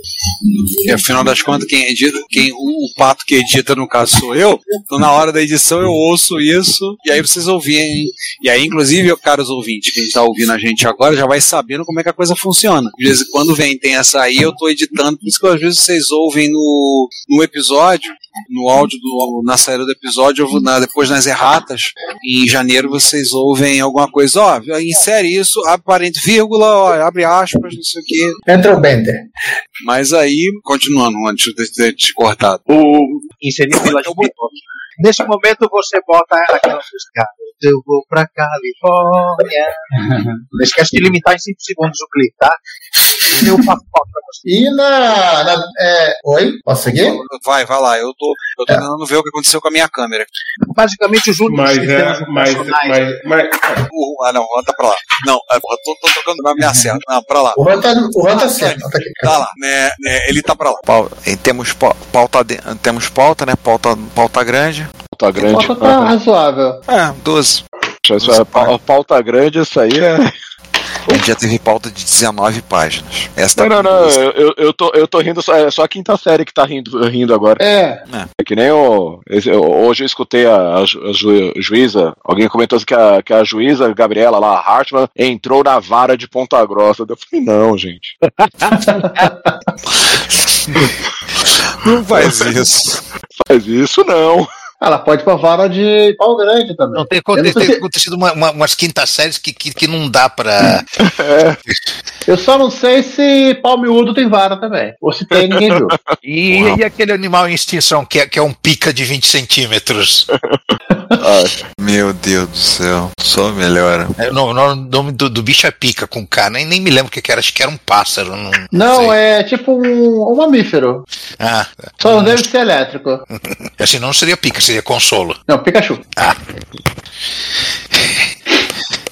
E afinal das contas, quem edita, quem, o, o pato que edita, no caso, sou eu. Então na hora da edição eu ouço isso, e aí vocês ouvirem. E aí, inclusive, caros ouvintes, quem está ouvindo a gente agora já vai sabendo como é que a coisa funciona. De vez em quando vem, tem essa aí, eu tô editando, por isso que às vezes vocês ouvem no, no episódio, no áudio, do, na saída do episódio, na, depois nas erratas, em janeiro vocês ouvem alguma coisa, ó, insere isso, abre parênteses, vírgula, ó, abre aspas, não sei o que. entra o Bender. Mas aí, continuando, antes de ter te cortado. O inserir pelas Nesse momento você bota aquela música, eu vou pra Califórnia. Não esquece de limitar em cinco segundos o clipe, tá? Eu faço foto pra você. E na. na é... Oi? Posso seguir? Vai, vai lá, eu tô, eu tô é. tentando ver o que aconteceu com a minha câmera. Basicamente, os únicos mas, sistemas é, mas, mas, mas... Uh, Ah, não, o Juan tá pra lá. Não, eu tô, tô tocando na minha certa. Não, pra lá. O Juan tá, o Juan tá certo. Tá, tá lá, né, né, ele tá pra lá. Pauta, temos pauta, de, temos pauta, né? Pauta, pauta grande. Pauta grande. A pauta tá razoável. É, doze. Isso é, pauta, pauta grande, isso aí é. A gente já teve pauta de dezenove páginas. Essa não, tá não, não, eu, eu, tô, eu tô rindo, só, é só a quinta série que tá rindo, rindo agora. É. É, é que nem o. Esse, hoje eu escutei a, a, ju, a ju, juíza, alguém comentou que a, que a juíza Gabriela lá, a Hartmann, entrou na vara de Ponta Grossa. Eu falei, não, gente. Não faz isso. Faz isso, não. Ela pode ir pra vara de pau grande também. Não, tem, acontecido, tem acontecido uma, uma, umas quintas séries que, que, que não dá pra. É. Eu só não sei se pau miúdo tem vara também. Ou se tem, ninguém viu. E, e aquele animal em extinção que é, que é um pica de vinte centímetros? Meu Deus do céu, só melhora. É, no, no, o nome do, do bicho é pica com K, nem, nem me lembro o que, que era, acho que era um pássaro. Não, não, não é tipo um, um mamífero. Ah, só não deve ser elétrico. Assim não seria pica, seria consolo. Não, Pikachu. Ah.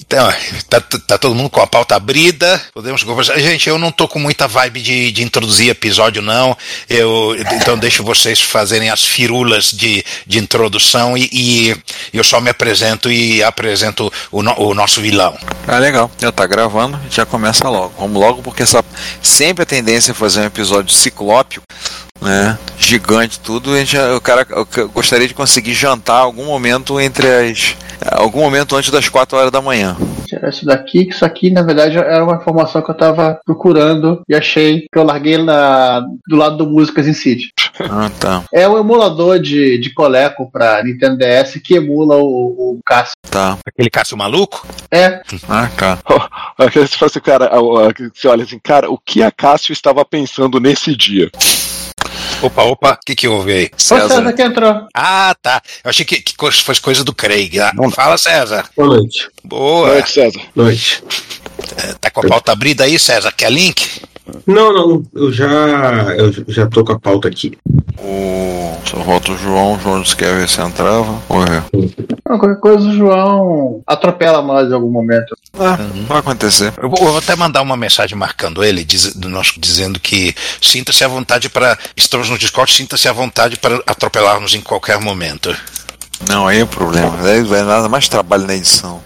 Então, tá, tá todo mundo com a pauta abrida, podemos conversar. Gente, eu não tô com muita vibe de, de introduzir episódio, não. Eu, então deixo vocês fazerem as firulas de, de introdução e, e eu só me apresento e apresento o, no, o nosso vilão. Ah, legal. Já tá gravando, já começa logo. Vamos logo, porque essa, sempre a tendência é fazer um episódio ciclópio, né? Gigante, tudo. A gente, o cara, eu gostaria de conseguir jantar algum momento entre as. Algum momento antes das quatro horas da manhã. Tirar isso daqui, que isso aqui na verdade era uma informação que eu tava procurando e achei que eu larguei na, do lado do Músicas Incide. Ah, tá. É um emulador de, de Coleco pra Nintendo D S que emula o, o Cássio. Tá. Aquele Cássio maluco? É. Ah, tá. Você fala assim, cara, você olha assim, cara, o que a Cássio estava pensando nesse dia? Opa, opa, o que que houve aí? César. O César que entrou. Ah, tá. Eu achei que, que fosse coisa do Craig. Ah, não fala, César. Boa noite. Boa. Boa noite, César. Noite. É, tá com a pauta abrida aí, César? Quer link? Não, não. Eu já, eu já tô com a pauta aqui. O... Só volta o João. O João disse que ia ver se entrava. Morreu. Não, qualquer coisa o João atropela nós em algum momento. Ah, uhum. Vai acontecer. Eu vou, eu vou até mandar uma mensagem marcando ele, diz, do nosso, dizendo que sinta-se à vontade para. Estamos no Discord, sinta-se à vontade para atropelar-nos em qualquer momento. Não, aí é o problema. Daí vai nada mais trabalho na edição.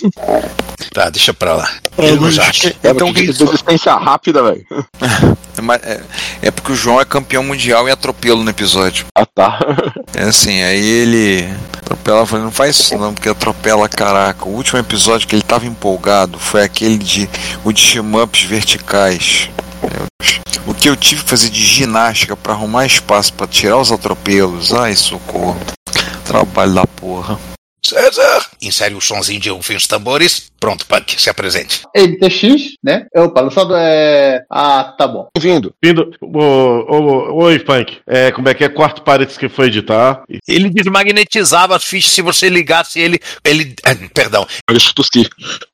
Tá, deixa pra lá. É, mas, então que resistência rápida, velho. É, é porque o João é campeão mundial em atropelo no episódio. Ah, tá. É assim, aí ele atropela, falei, não faz isso não, porque atropela, caraca. O último episódio que ele tava empolgado foi aquele de o de shmups verticais. Meu Deus. O que eu tive que fazer de ginástica pra arrumar espaço pra tirar os atropelos. Ai, socorro. Trabalho da porra. César! Insere o sonzinho de rufem os tambores. Pronto, Punk, se apresente. N T X, né? Opa, lançado é. Ah, tá bom. Vindo. Vindo. O, o, oi, Punk. É, como é que é? Quarto Paredes que foi editar. Ele desmagnetizava as fichas se você ligasse ele. Ele. Ah, perdão. Deixa eu tossir.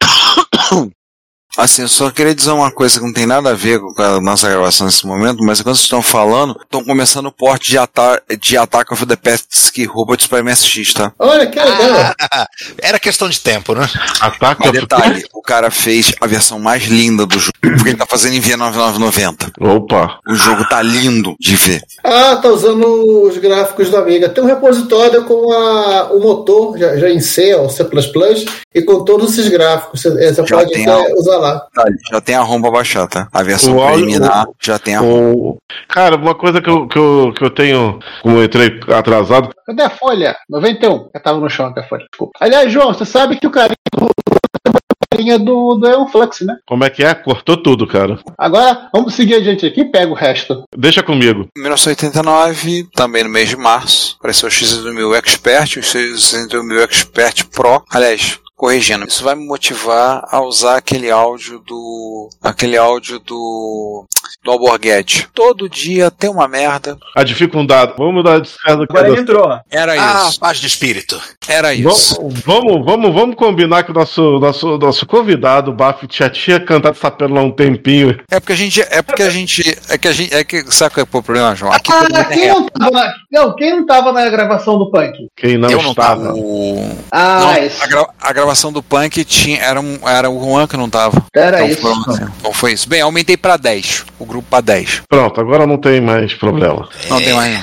Assim, eu só queria dizer uma coisa que não tem nada a ver com a nossa gravação nesse momento, mas quando vocês estão falando, estão começando o porte de, ata- de Attack of the Pesky Robots para M S X, tá? Olha, que legal. Ah, era questão de tempo, né? Attack Mas of detalhe, o cara fez a versão mais linda do jogo, porque ele tá fazendo em V nove nove noventa. Opa. O jogo tá lindo de ver. Ah, tá usando os gráficos da Amiga. Tem um repositório com a, o motor, já, já em C, ó, C plus plus, e com todos esses gráficos. Você, você pode tem até a- usar lá. Já tem a ROM pra baixar, tá? A versão O áudio- preliminar já tem a ROM. O... Cara, uma coisa que eu, que, eu, que eu tenho, como eu entrei atrasado. Cadê a folha? noventa e um. Eu tava no chão até a folha. Desculpa. Aliás, João, você sabe que o carinha do, carinha do, do Eon Flux, né? Como é que é? Cortou tudo, cara. Agora, vamos seguir adiante aqui e pega o resto. Deixa comigo. mil novecentos e oitenta e nove, também no mês de março, apareceu o X dois mil Expert, o X dois mil Expert Pro. Aliás, corrigindo, isso vai me motivar a usar aquele áudio do. aquele áudio do. do Alborguete. Todo dia tem uma merda. A dificuldade. Vamos mudar de César. Agora ele entrou. Era Ah, isso. paz de espírito. Era isso. Vamos, vamos, vamos, vamos combinar que o nosso, nosso, nosso convidado, o Baf, já tinha cantado essa pérola há um tempinho. É porque a gente. É porque a gente. É que a gente. É que. Sabe qual é o problema, João? Aqui todo mundo Ah, é quem reto. não, tava na, não, quem não tava na gravação do Punk? Quem não Eu não estava. tava. O... Ah, Não, isso. a, gra- a gravação do Punk tinha, era, um, era o Juan que não tava. Era então, isso. Foi, então foi isso. Bem, aumentei pra dez. O grupo pra dez. Pronto, agora não tem mais problema. Não tem mais.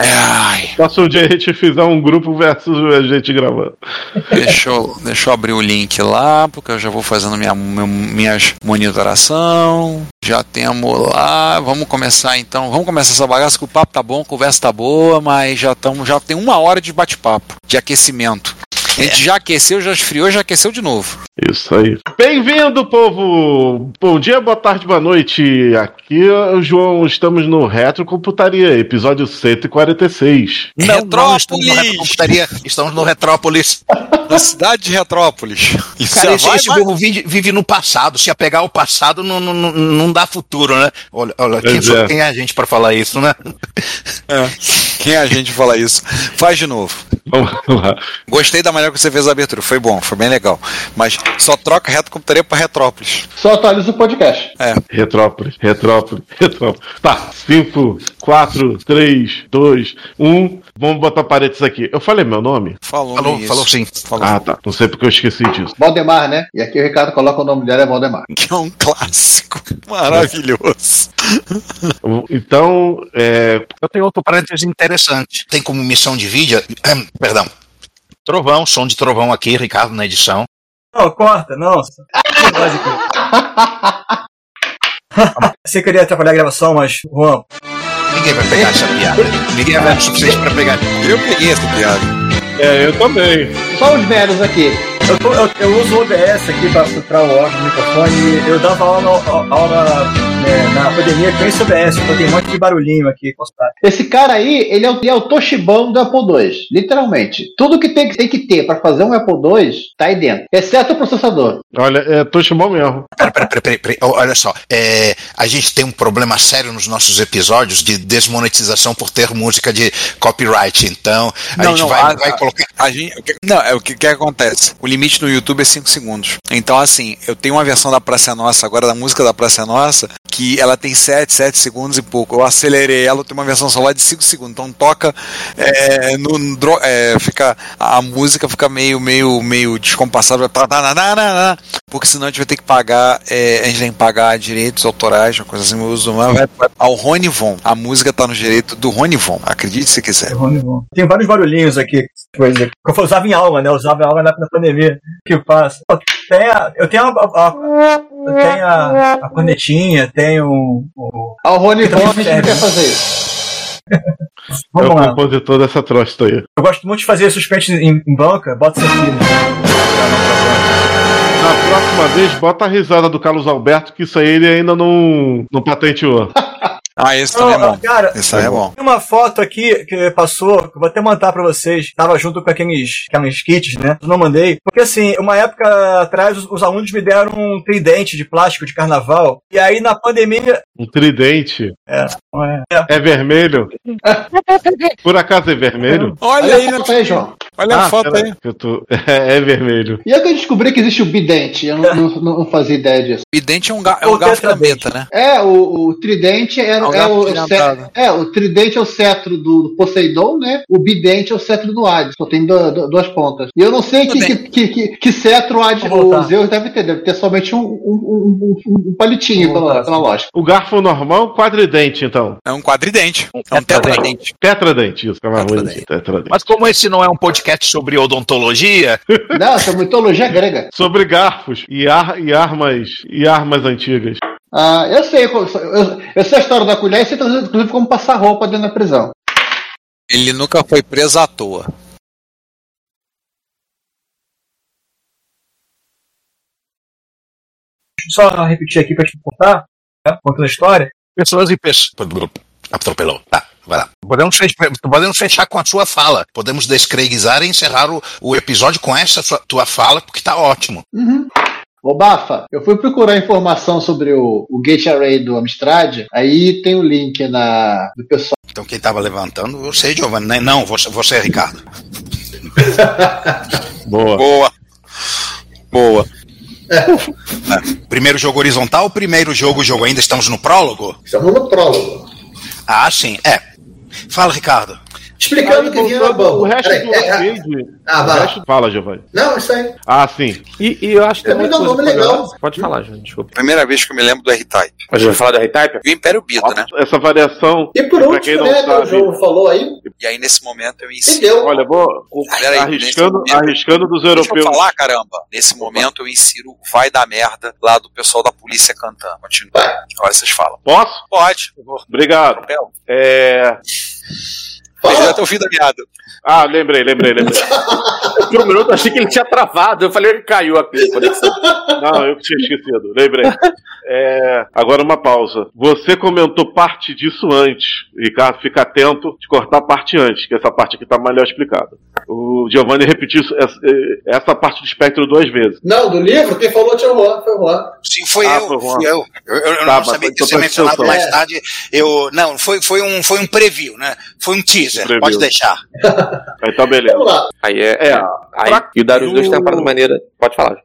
Ai, Próximo dia a gente fizer um grupo versus a gente gravando. deixa, eu, deixa eu abrir o link lá, porque eu já vou fazendo minha, meu, minhas monitoração. Já temos lá. Vamos começar então. Vamos começar essa bagaça, que o papo tá bom, a conversa tá boa, mas já, tamo, já tem uma hora de bate-papo, de aquecimento. A gente já aqueceu, já esfriou, já aqueceu de novo. Isso aí. Bem-vindo, povo! Bom dia, boa tarde, boa noite. Aqui é o João, estamos no Retrocomputaria, episódio cento e quarenta e seis. Não, não estamos no Retrocomputaria, estamos no Retrópolis. Na cidade de Retrópolis. Isso Cara, já esse, vai, esse vai. povo vive, vive no passado. Se apegar ao passado, não, não, não- não dá futuro, né? Olha, olha quem, Pois sou- é. quem é a gente pra falar isso, né? É. Quem é a gente fala isso? Faz de novo. Vamos lá. Gostei da maneira maneira que você fez a abertura. Foi bom, foi bem legal. Mas só troca retrocomputaria pra Retrópolis. Só atualiza o podcast. É. Retrópolis, Retrópolis, Retrópolis. Tá, cinco, quatro, três, dois, um. Vamos botar paredes aqui. Eu falei meu nome? Falou, Falou, isso. falou sim. Falou. Ah, tá. Não sei porque eu esqueci disso. Valdemar, né? E aqui o Ricardo coloca o nome dela, é Valdemar. Que é um clássico maravilhoso. Então, é... Eu tenho outro parênteses interessante. Tem como missão de vídeo, perdão, trovão, som de trovão aqui, Ricardo, na edição. Não, corta, não. Você queria atrapalhar a gravação, mas, Juan... Ninguém vai pegar essa piada. Ninguém é velho o suficiente pra pegar. Eu peguei essa piada. É, eu também. Só os velhos aqui. Eu, tô, eu, eu uso o O B S aqui para filtrar o áudio do microfone. Eu dava aula, aula né, na pandemia com esse O B S, então tem um monte de barulhinho aqui. Constante. Esse cara aí, ele é o, ele é o Toshibão do Apple dois. Literalmente. Tudo que tem, tem que ter para fazer um Apple dois tá aí dentro. Exceto o processador. Olha, é Toshibão mesmo. Pera, pera, pera, pera, pera. Olha só. É, a gente tem um problema sério nos nossos episódios de desmonetização por ter música de copyright. Então, a não, gente não, vai, a, vai a, colocar. A gente, não, é o que, que acontece. O limite no YouTube é cinco segundos. Então, assim, eu tenho uma versão da Praça é Nossa, agora da música da Praça é Nossa, que ela tem sete, sete segundos e pouco. Eu acelerei ela, eu tenho uma versão só lá de cinco segundos. Então toca, é, no, no, é, fica, a música fica meio, meio, meio descompassada, porque senão a gente vai ter que pagar, é, a gente tem que pagar direitos autorais, uma coisa assim, eu uso vai, vai, ao Rony Von. A música tá no direito do Rony Von, acredite se quiser. Tem vários barulhinhos aqui, coisa que eu usava em aula, né? Eu usava em aula na, na pandemia. Que passa? Tem a, eu tenho a, a, eu tenho a, a cornetinha, tenho o. Ah, o Rony Von, a gente não quer fazer isso. Vamos é o lá. compositor dessa trosta aí. Eu gosto muito de fazer suspense em, em banca, bota isso aqui. Né? Na próxima vez, bota a risada do Carlos Alberto, que isso aí ele ainda não, não patenteou. Ah, esse também é bom. Cara, esse também é bom. Tem uma foto aqui que passou, que eu vou até mandar pra vocês. Tava junto com aqueles, aqueles kits, né? Eu não mandei. Porque assim, uma época atrás, os, os alunos me deram um tridente de plástico de carnaval. E aí na pandemia. Um tridente? É, não é. É, é vermelho? Por acaso é vermelho? Olha, Olha aí, a foto aí, João. Olha ah, a foto aí. Eu tô... é, é vermelho. E é que eu descobri que existe o bidente. Eu não, não, não fazia ideia disso. Bidente é um, ga é um garfo caneta, né? É, o, o tridente era, é, o, é, o, é, o tridente é o cetro do Poseidon, né? O bidente é o cetro do Hades. Só tem do, do, duas pontas. E eu não sei que, que, que, que, que cetro o Hades, o Zeus deve ter. Deve ter somente um, um, um, um palitinho, pela, pela lógica. O garfo normal é um quadridente, então. É um quadridente. É um tetradente. Tetradente, isso. Tetradente. Tetradente. Mas como esse não é um podcast sobre odontologia... Não, sobre mitologia grega. Sobre garfos e, ar, e, armas, e armas antigas. Ah, eu sei, eu, eu, eu sei a história da colher e sei, inclusive, como passar roupa dentro da prisão. Ele nunca foi preso à toa. Deixa eu só repetir aqui pra te contar, né? Contando a história. Pessoas e pessoas... Atropelou. Tá, vai lá. Podemos fechar, podemos fechar com a sua fala. Podemos descreguizar e encerrar o, o episódio com essa sua, tua fala, porque tá ótimo. Uhum. Ô Bafa, eu fui procurar informação sobre o, o Gate Array do Amstrad, aí tem o link na, do pessoal. Então quem tava levantando, eu sei, Giovanni. Não, você, você Ricardo. Boa. Boa. Boa. É. Primeiro jogo horizontal, primeiro jogo, jogo ainda estamos no prólogo? Estamos no prólogo. Ah, sim, é. Fala, Ricardo. Explicando que vinha o resto do é, arcade. Ah, vai. Resto... Fala, Giovanni. Não, isso aí. Ah, sim. E, e eu acho que é muito nome legal. Pode falar, João, desculpa. Primeira vez que eu me lembro do R-Type. A gente vai falar do R-Type? E o Império Bida, né? Essa variação. E por último, né, que o João falou aí. E aí, nesse momento, eu insiro. Olha, vou. Aí, arriscando, momento, arriscando dos europeus. Deixa eu falar, caramba. Nesse momento, eu insiro o Vai da Merda lá do pessoal da polícia cantando. Continua. Agora vocês falam. Posso? Pode. Obrigado. É. Fala. Já tô ouvindo a piada. Ah, lembrei, lembrei, lembrei. Por um minuto eu achei que ele tinha travado. Eu falei, ele caiu aqui. Não, eu que tinha esquecido. Lembrei. É, agora uma pausa. Você comentou parte disso antes. Ricardo, fica atento de cortar a parte antes, que essa parte aqui tá melhor explicada. O Giovanni repetiu essa, essa parte do espectro duas vezes. Não, do livro, quem falou tinha o Juan, foi o Juan. Sim, foi ah, eu. Foi fui eu. Eu, eu tá, não sabia que você mencionado mais é. tarde. Eu, não, foi, foi, um, foi um preview, né? Foi um teaser. Preview. Pode deixar. Então, beleza. Vamos lá. Aí é, é, Aí, e o Darius dois tem uma parada maneira. Pode falar.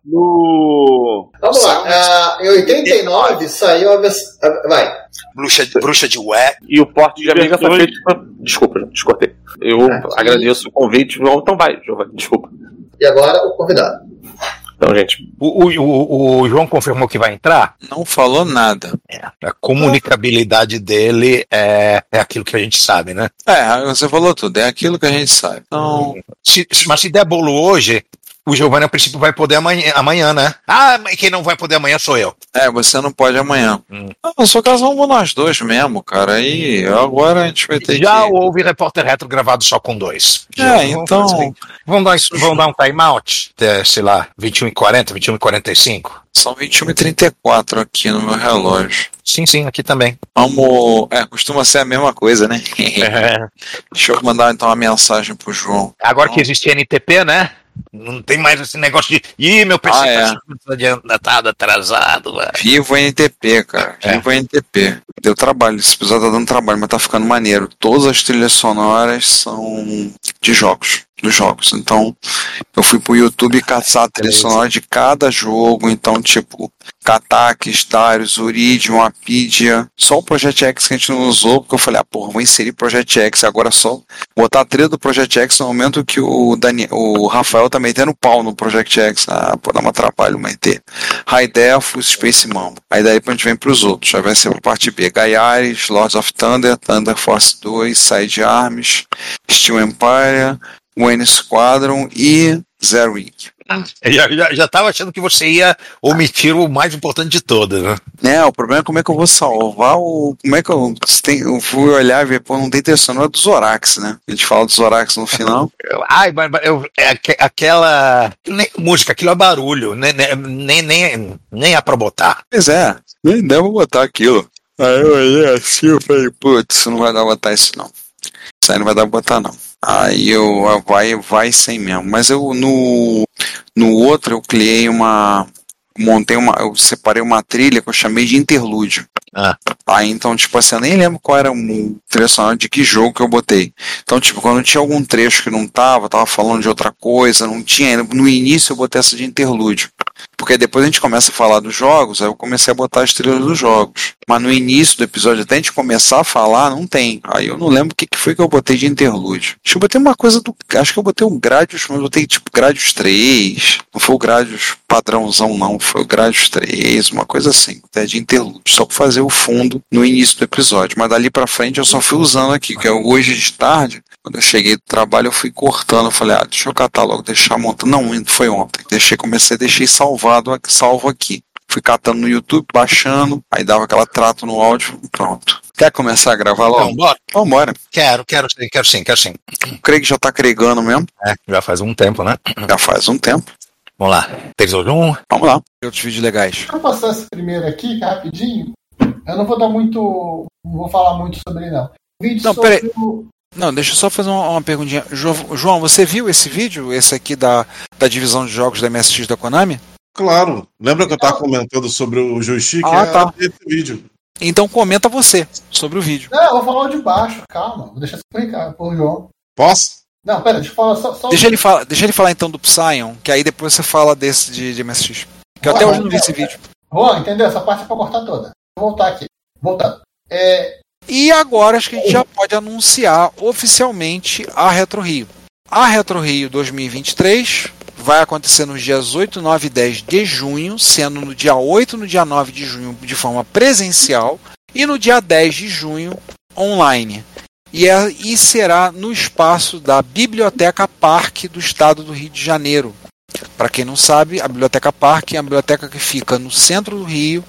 No... Vamos lá. Uh, em oitenta e nove saiu a versão. Vai. Bruxa, bruxa de Ué. E o porte de Amiga foi feito. Desculpa, descortei. Eu ah, agradeço o convite. Então vai, Giovanni, desculpa. E agora o convidado. Então, gente, o, o, o João confirmou que vai entrar? Não falou nada. É, a comunicabilidade dele é, é aquilo que a gente sabe, né? É, você falou tudo, é aquilo que a gente sabe. Então... Se, mas se der bolo hoje, o Giovanni, a princípio, vai poder amanhã, amanhã, né? Ah, mas quem não vai poder amanhã sou eu. É, você não pode amanhã. Hum. Não, no seu caso, vamos nós dois mesmo, cara. Aí, agora a gente vai ter Já que... houve Repórter Retro gravado só com dois. É, Já, então... Vamos, vamos, dar, vamos dar um time-out? É, sei lá, vinte e um e quarenta, vinte e um e quarenta e cinco? São vinte e um e trinta e quatro aqui no meu relógio. Sim, sim, aqui também. Vamos... É, costuma ser a mesma coisa, né? É. Deixa eu mandar, então, uma mensagem pro João. Agora então... que existe N T P, né? Não tem mais esse negócio de ih, meu P C ah, é. tá adiantado, atrasado. Véio. Vivo N T P, cara. Vivo é. N T P. Deu trabalho, esse episódio tá dando trabalho, mas tá ficando maneiro. Todas as trilhas sonoras são de jogos. Dos jogos. Então, eu fui pro YouTube caçar a trilha sonora de cada jogo. Então, tipo, Cataques, Darius, Uridium, Apidia. Só o Project X que a gente não usou, porque eu falei, ah, porra, vou inserir Project X. Agora só botar a trilha do Project X no momento que o, Daniel, o Rafael tá metendo pau no Project X. Ah, pô, dá um trabalho meter. High Def, Space Mambo. Aí daí a gente vem pros outros. Já vai ser pra parte B. Gaiares, Lords of Thunder, Thunder Force dois, Side Arms, Steel Empire, Wayne Squadron e Zero Inc. Já, já, já tava achando que você ia omitir o mais importante de todas, né? É, o problema é como é que eu vou salvar o... Como é que eu... Tem, eu fui olhar e ver, pô, não tem texto, não é do Zorax, né? A gente fala do Zorax no final. Ai, mas eu, é, aquela... Nem música, aquilo é barulho, nem, nem, nem, nem é pra botar. Pois é, nem devo botar aquilo. Aí eu olhei assim, eu falei, putz, não vai dar pra botar isso não. Isso aí não vai dar pra botar não. Aí eu vai, vai sem mesmo. Mas eu no, no outro eu criei uma. Montei uma. Eu separei uma trilha que eu chamei de interlúdio. Ah. Aí então, tipo assim, eu nem lembro qual era o trilha sonora de que jogo que eu botei. Então, tipo, quando tinha algum trecho que não tava, tava falando de outra coisa, não tinha. No início eu botei essa de interlúdio. Porque depois a gente começa a falar dos jogos, aí eu comecei a botar as trilhas dos jogos. Mas no início do episódio, até a gente começar a falar, não tem. Aí eu não lembro o que, que foi que eu botei de interlúdio. Acho que eu botei uma coisa do... Acho que eu botei um Gradius, mas eu botei tipo Gradius três. Não foi o Gradius padrãozão, não. Foi o Gradius três, uma coisa assim. Até de interlúdio. Só pra fazer o fundo no início do episódio. Mas dali pra frente eu só fui usando aqui. Que é hoje de tarde, quando eu cheguei do trabalho, eu fui cortando. Eu falei, ah, deixa eu catar logo, deixar montando. Não, foi ontem. Deixei, comecei, deixei salvado, salvo aqui. Fui catando no YouTube, baixando, aí dava aquela trato no áudio, pronto. Quer começar a gravar logo? Não, bora. Vamos embora. Quero, quero sim, quero sim, quero sim. O Craig já tá cregando mesmo. É, já faz um tempo, né? Já faz um tempo. Vamos lá. três, dois, um. Vamos lá. Outros vídeos legais. Deixa eu passar esse primeiro aqui, que é rapidinho. Eu não vou dar muito... Não vou falar muito sobre ele, não. Vídeo não, sobre peraí. o... Não, deixa eu só fazer uma, uma perguntinha. João, você viu esse vídeo? Esse aqui da, da divisão de jogos da M S X da Konami? Claro. Lembra que eu tava comentando sobre o joystick? Ah, é tá. Esse vídeo. Então comenta você sobre o vídeo. Não, eu vou falar o de baixo, calma. Vou deixar explicar pro João. Posso? Não, pera, deixa eu falar só... só deixa, ele fala, deixa ele falar então do Psyon, que aí depois você fala desse de, de M S X. Que eu até hoje não vi esse vídeo. Juan, entendeu? Essa parte é pra cortar toda. Vou voltar aqui. Voltando. É... E agora acho que a gente já pode anunciar oficialmente a Retro Rio. A Retro Rio dois mil e vinte e três vai acontecer nos dias oito, nove e dez de junho, sendo no dia oito e no dia nove de junho de forma presencial e no dia dez de junho online. E, é, e será no espaço da Biblioteca Parque do Estado do Rio de Janeiro. Para quem não sabe, a Biblioteca Parque é a biblioteca que fica no centro do Rio,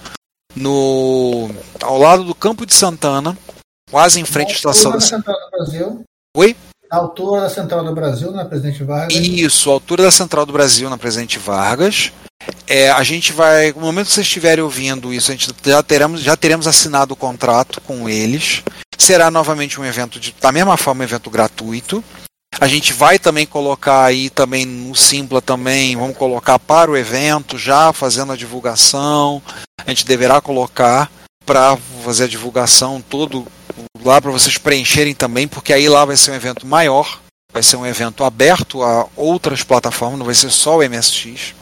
no, ao lado do Campo de Santana, quase em frente à estação da Central do Brasil. Oi? Na altura da Central do Brasil, na Presidente Vargas. Isso, a altura da Central do Brasil, na Presidente Vargas. É, a gente vai, no momento que vocês estiverem ouvindo isso, a gente já teremos, já teremos assinado o contrato com eles. Será novamente um evento, de, da mesma forma, um evento gratuito. A gente vai também colocar aí também no Simpla também, vamos colocar para o evento, já fazendo a divulgação. A gente deverá colocar para fazer a divulgação todo lá para vocês preencherem também, porque aí lá vai ser um evento maior. vai ser um evento aberto a outras plataformas, não vai ser só o M S X.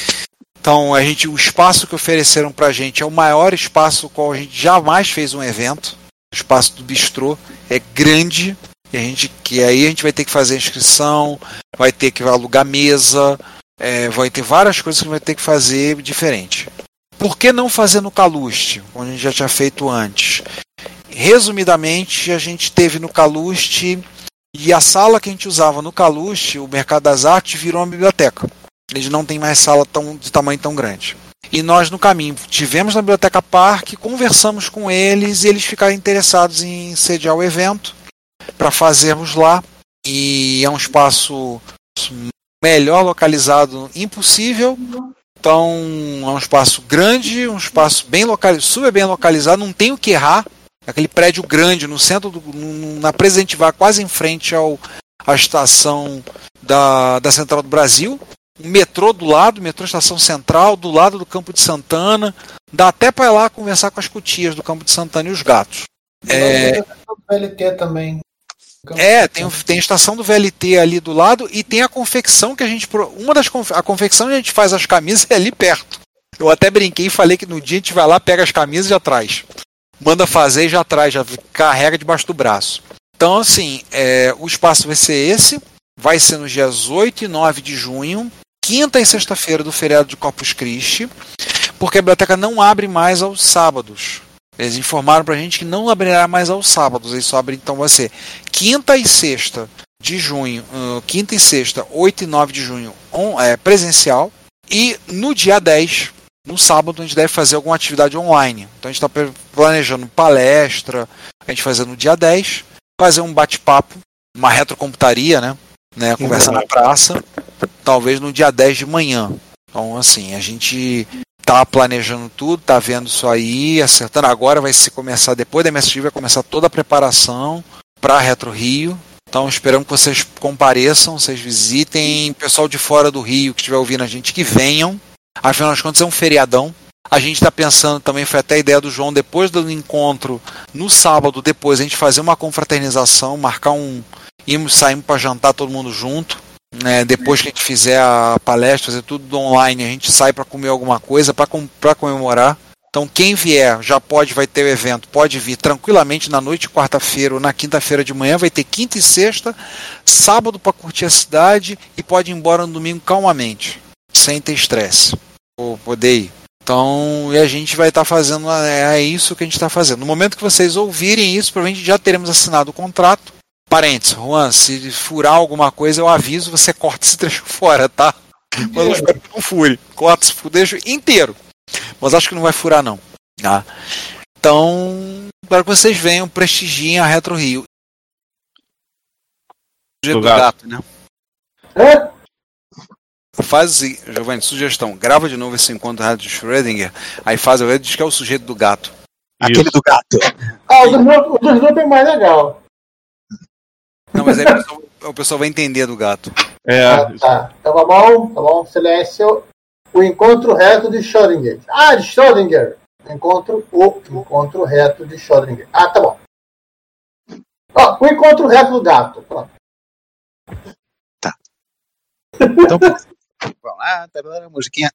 Então, a gente, o espaço que ofereceram pra gente é o maior espaço no qual a gente jamais fez um evento. O espaço do bistrô é grande, e a gente, que aí a gente vai ter que fazer inscrição, vai ter que alugar mesa, é, vai ter várias coisas que vai ter que fazer diferente. Por que não fazer no Caluste, onde a gente já tinha feito antes? Resumidamente, a gente teve no Caluste, e a sala que a gente usava no Caluste, o Mercado das Artes, virou uma biblioteca. Eles não têm mais sala tão, de tamanho tão grande. E nós, no caminho, tivemos na Biblioteca Parque, conversamos com eles e eles ficaram interessados em sediar o evento para fazermos lá. E é um espaço melhor localizado impossível. Então, é um espaço grande, um espaço bem localizado, super bem localizado, não tem o que errar. Aquele prédio grande no centro, do, no, na Presidente Vargas, quase em frente ao, à estação da, da Central do Brasil. Um metrô do lado, metrô Estação Central, do lado do Campo de Santana. Dá até para ir lá conversar com as cutias do Campo de Santana e os gatos. É, do V L T também. É, tem, tem a estação do V L T ali do lado e tem a confecção que a gente. Uma das a confecção que a gente faz as camisas é ali perto. Eu até brinquei e falei que no dia a gente vai lá, pega as camisas e já traz. Manda fazer e já traz, já carrega debaixo do braço. Então, assim, é, o espaço vai ser esse. Vai ser nos dias oito e nove de junho, quinta e sexta-feira do feriado de Corpus Christi, porque a biblioteca não abre mais aos sábados. Eles informaram pra gente que não abrirá mais aos sábados, eles só abrem, então vai ser quinta e sexta de junho, uh, quinta e sexta, oito e nove de junho, on, é, presencial, e no dia dez, no sábado, a gente deve fazer alguma atividade online. Então a gente está planejando palestra, a gente fazer no dia dez, fazer um bate-papo, uma retrocomputaria, né? né conversa na praça, talvez no dia dez de manhã. Então, assim, a gente tá planejando tudo, tá vendo isso aí, acertando. Agora vai se começar, depois da M S G, vai começar toda a preparação para a Retro Rio. Então, esperamos que vocês compareçam, vocês visitem. Pessoal de fora do Rio que estiver ouvindo a gente, que venham. Afinal das contas, é um feriadão. A gente está pensando também, foi até a ideia do João, depois do encontro, no sábado, depois, a gente fazer uma confraternização, marcar um... Irmos, saímos para jantar todo mundo junto. Né? Depois que a gente fizer a palestra, fazer tudo online, a gente sai para comer alguma coisa, para com, comemorar. Então, quem vier, já pode, vai ter o evento, pode vir tranquilamente na noite de quarta-feira ou na quinta-feira de manhã, vai ter quinta e sexta, sábado para curtir a cidade e pode ir embora no domingo calmamente, sem ter estresse, ou poder ir. Então, e a gente vai estar tá fazendo, é isso que a gente está fazendo. No momento que vocês ouvirem isso, provavelmente já teremos assinado o contrato. Parênteses, Juan, se furar alguma coisa, eu aviso, você corta esse trecho fora, tá? Mas eu espero que não fure. Corta esse trecho inteiro. Mas acho que não vai furar, não. Tá? Então, para que vocês venham, prestigiem a Retro Rio. Do gato, né? É? Faz, Giovanni, sugestão. Grava de novo esse encontro rádio de Schrödinger. Aí faz, o diz que é o sujeito do gato. Aquele Isso. do gato. Ah, o do Snoop é mais legal. Não, mas aí o pessoal, o pessoal vai entender do gato. É. Ah, tá. Então tá bom, tá bom. Silêncio. O encontro reto de Schrödinger. Ah, de Schrödinger. Encontro, o encontro reto de Schrödinger. Ah, tá bom. Ó, o encontro reto do gato. Pronto. Tá. Então, vamos lá, tá a musiquinha.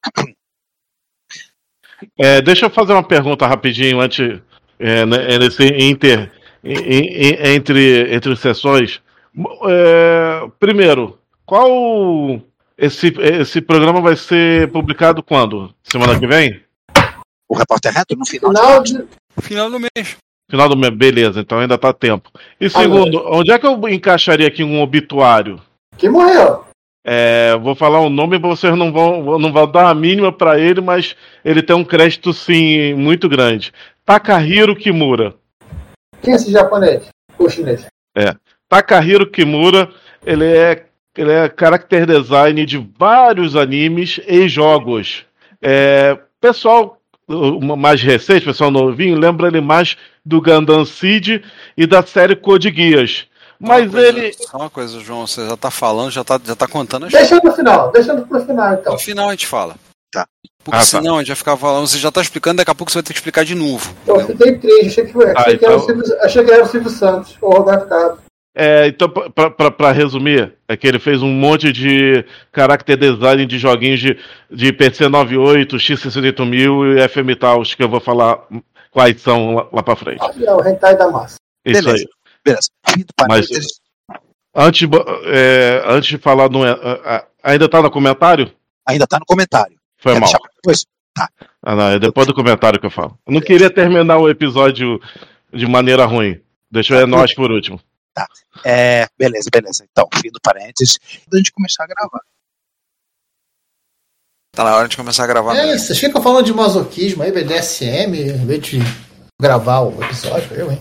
É, deixa eu fazer uma pergunta rapidinho antes, é, nesse inter, entre, entre sessões. É, primeiro, qual esse, esse programa vai ser publicado quando? Semana que vem? O Repórter Reto no final, final de... Final do mês. Final do mês, beleza, então ainda tá tempo. E segundo, ah, onde é que eu encaixaria aqui um obituário? Que morreu. É, vou falar o nome, vocês não vão, não vão dar a mínima para ele, mas ele tem um crédito sim muito grande. Takahiro Kimura. Quem é esse japonês? Ou chinês? É. Takahiro Kimura, ele é, ele é character design de vários animes e jogos. É, pessoal mais recente, pessoal novinho, lembra ele mais do Gundam Seed e da série Code Geass. Mas coisa, ele... Só uma coisa, João, você já tá falando, já tá, já tá contando as Deixa no final, deixa pro final então. No final a gente fala. Tá. Porque ah, senão tá. a gente vai ficar falando, você já tá explicando, daqui a pouco você vai ter que explicar de novo. Eu fiquei triste, achei que, achei, ah, que então... era o Silvio, achei que era o Silvio Santos, ou o Roberto Carlos. É, então, para resumir, é que ele fez um monte de character design de joguinhos de, de P C noventa e oito, X sessenta e oito mil e F M Tals, que eu vou falar quais são lá, lá para frente. É o hentai da massa. Isso beleza, aí. Beleza. Mas, antes, é, antes de falar, no, ainda tá no comentário? Ainda tá no comentário. Foi Quer mal. Depois? Tá. Ah, não, é depois do comentário que eu falo. Eu não queria terminar o episódio de maneira ruim. Deixa eu é nós por último. Tá. É, beleza, beleza. Então, fim do parênteses, a gente começar a gravar. Tá na hora de começar a gravar. É, vocês ficam falando de masoquismo aí, B D S M, em vez de gravar o episódio, eu, hein?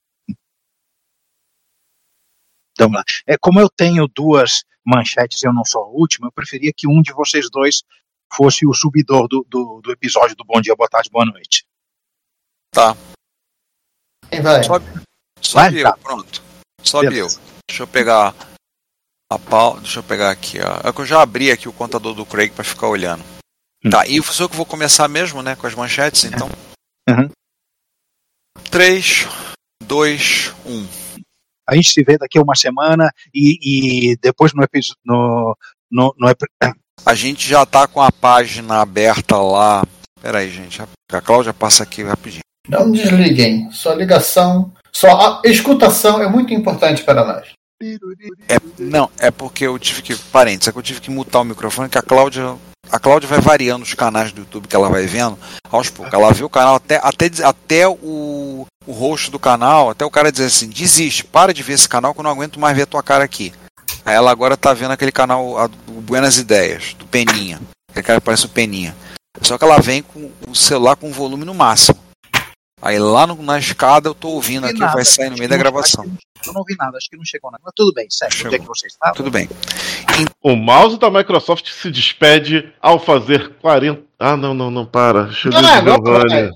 Então, lá. É, como eu tenho duas manchetes e eu não sou a última, eu preferia que um de vocês dois fosse o subidor do, do, do episódio do Bom Dia, Boa Tarde, Boa Noite. Tá. Quem vai? Sobe, sobe eu, pronto. Sobe Beleza. eu. Deixa eu pegar a pau. Deixa eu pegar aqui, ó. É que eu já abri aqui o contador do Craig pra ficar olhando. Hum. Tá, e sou eu que vou começar mesmo, né? Com as manchetes, então. Uhum. três, dois, um. A gente se vê daqui a uma semana e, e depois no episódio. No, no, no ep... A gente já tá com a página aberta lá. Pera aí, gente. A Cláudia passa aqui rapidinho. Não desliguem. Sua ligação, sua escutação é muito importante para nós. É, não, é porque eu tive que. Parênteses, é que eu tive que mutar o microfone, que a Cláudia. A Cláudia vai variando os canais do YouTube que ela vai vendo aos poucos. Ela vê o canal até, até, até o, o host do canal, até o cara dizer assim, desiste, para de ver esse canal que eu não aguento mais ver a tua cara aqui. Aí ela agora tá vendo aquele canal, a, o Buenas Ideias, do Peninha. Aquele cara que parece o Peninha. Só que ela vem com o celular com o volume no máximo. Aí lá no, na escada eu tô ouvindo aqui, nada, vai sair no meio da gravação. Eu não ouvi nada, acho que não chegou nada. Mas tudo bem, sério. Onde é que você está? Tudo bem. O mouse da Microsoft se despede ao fazer quarenta. Ah, não, não, não, para. Chegou ah, de Giovanni.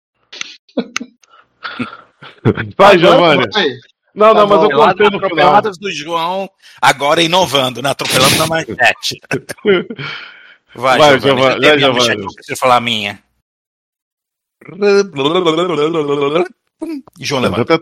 Vai, Giovanni. Não, não, tá mas bom. Eu contei no Atropeladas do João, agora inovando, né? Atropelando na manchete. Vai, vai, Giovanni. Vai, Giovanni. Deixa eu falar a minha. E João levanta.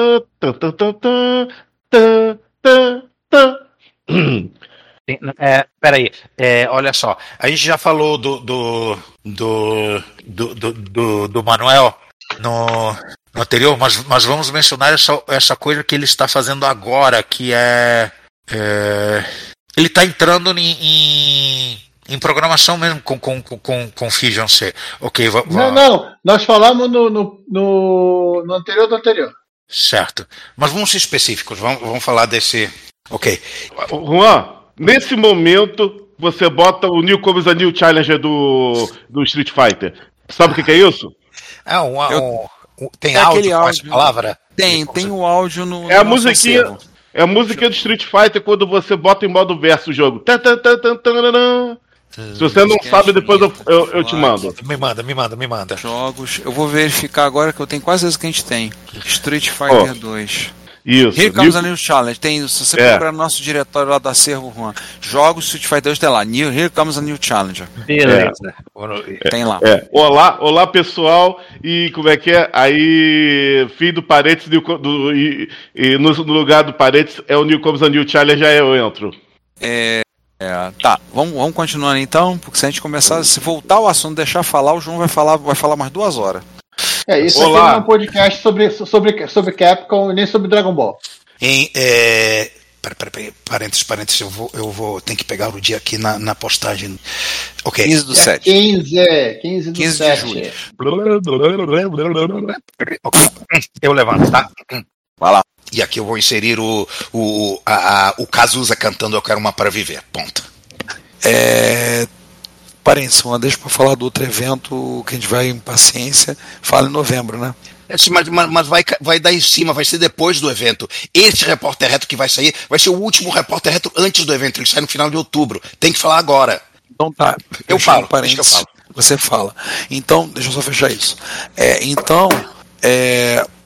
É, peraí, é, olha só, a gente já falou do do do do, do, do, do Manuel no, no anterior, mas, mas vamos mencionar essa, essa coisa que ele está fazendo agora, que é, é ele está entrando em, em Em programação mesmo com, com, com, com Fusion C. Ok, va, va. Não, não. Nós falamos no, no, no, no anterior do anterior. Certo. Mas vamos ser específicos. Vamos, vamos falar desse. Ok. Juan, nesse momento, você bota o Newcomers a New Challenger do, do Street Fighter. Sabe o que, que é isso? É um. um, um tem é áudio, áudio com palavra? Tem, tem o áudio no. É a musiquinha. É a musiquinha do Street Fighter quando você bota em modo verso o jogo. Se você não sabe, depois eu, eu, eu te mando. Me manda, me manda, me manda. Jogos. Eu vou verificar agora que eu tenho quase certeza que a gente tem. Street Fighter oh, dois. Isso. Here Comes a New Challenge. Tem, se você é. procurar no nosso diretório lá do acervo, Juan, jogos Street Fighter dois, tem lá. New, Here Comes a New Challenger. Beleza. É. Tem lá. É. Olá, olá, pessoal. E como é que é? Aí, fim do parênteses do, do, e, e no, no lugar do parênteses é o New Comes a New Challenger, aí eu entro. É. É, tá, vamos, vamos continuar então, porque se a gente começar, se voltar ao assunto, deixar falar, o João vai falar, vai falar mais duas horas. É, isso Olá. Aqui não é um podcast sobre, sobre, sobre Capcom nem sobre Dragon Ball. Em, é, pera, pera, pera, parênteses, parênteses, eu vou, eu vou, tem que pegar o dia aqui na, na postagem. Ok. quinze do sete. quinze, quinze do quinze sete. De julho. Okay. Eu levanto, tá? Vai lá. E aqui eu vou inserir o, o, a, a, o Cazuza cantando Eu Quero Uma Para Viver. Ponto. É... Parênteses, deixa para falar do outro evento que a gente vai em paciência. Fala em novembro, né? É, mas mas vai, vai dar em cima, vai ser depois do evento. Esse Repórter Reto que vai sair vai ser o último Repórter Reto antes do evento. Ele sai no final de outubro. Tem que falar agora. Então tá. Eu falo, parênteses, deixa que eu falo. Você fala. Então, deixa eu só fechar isso. É, então, é...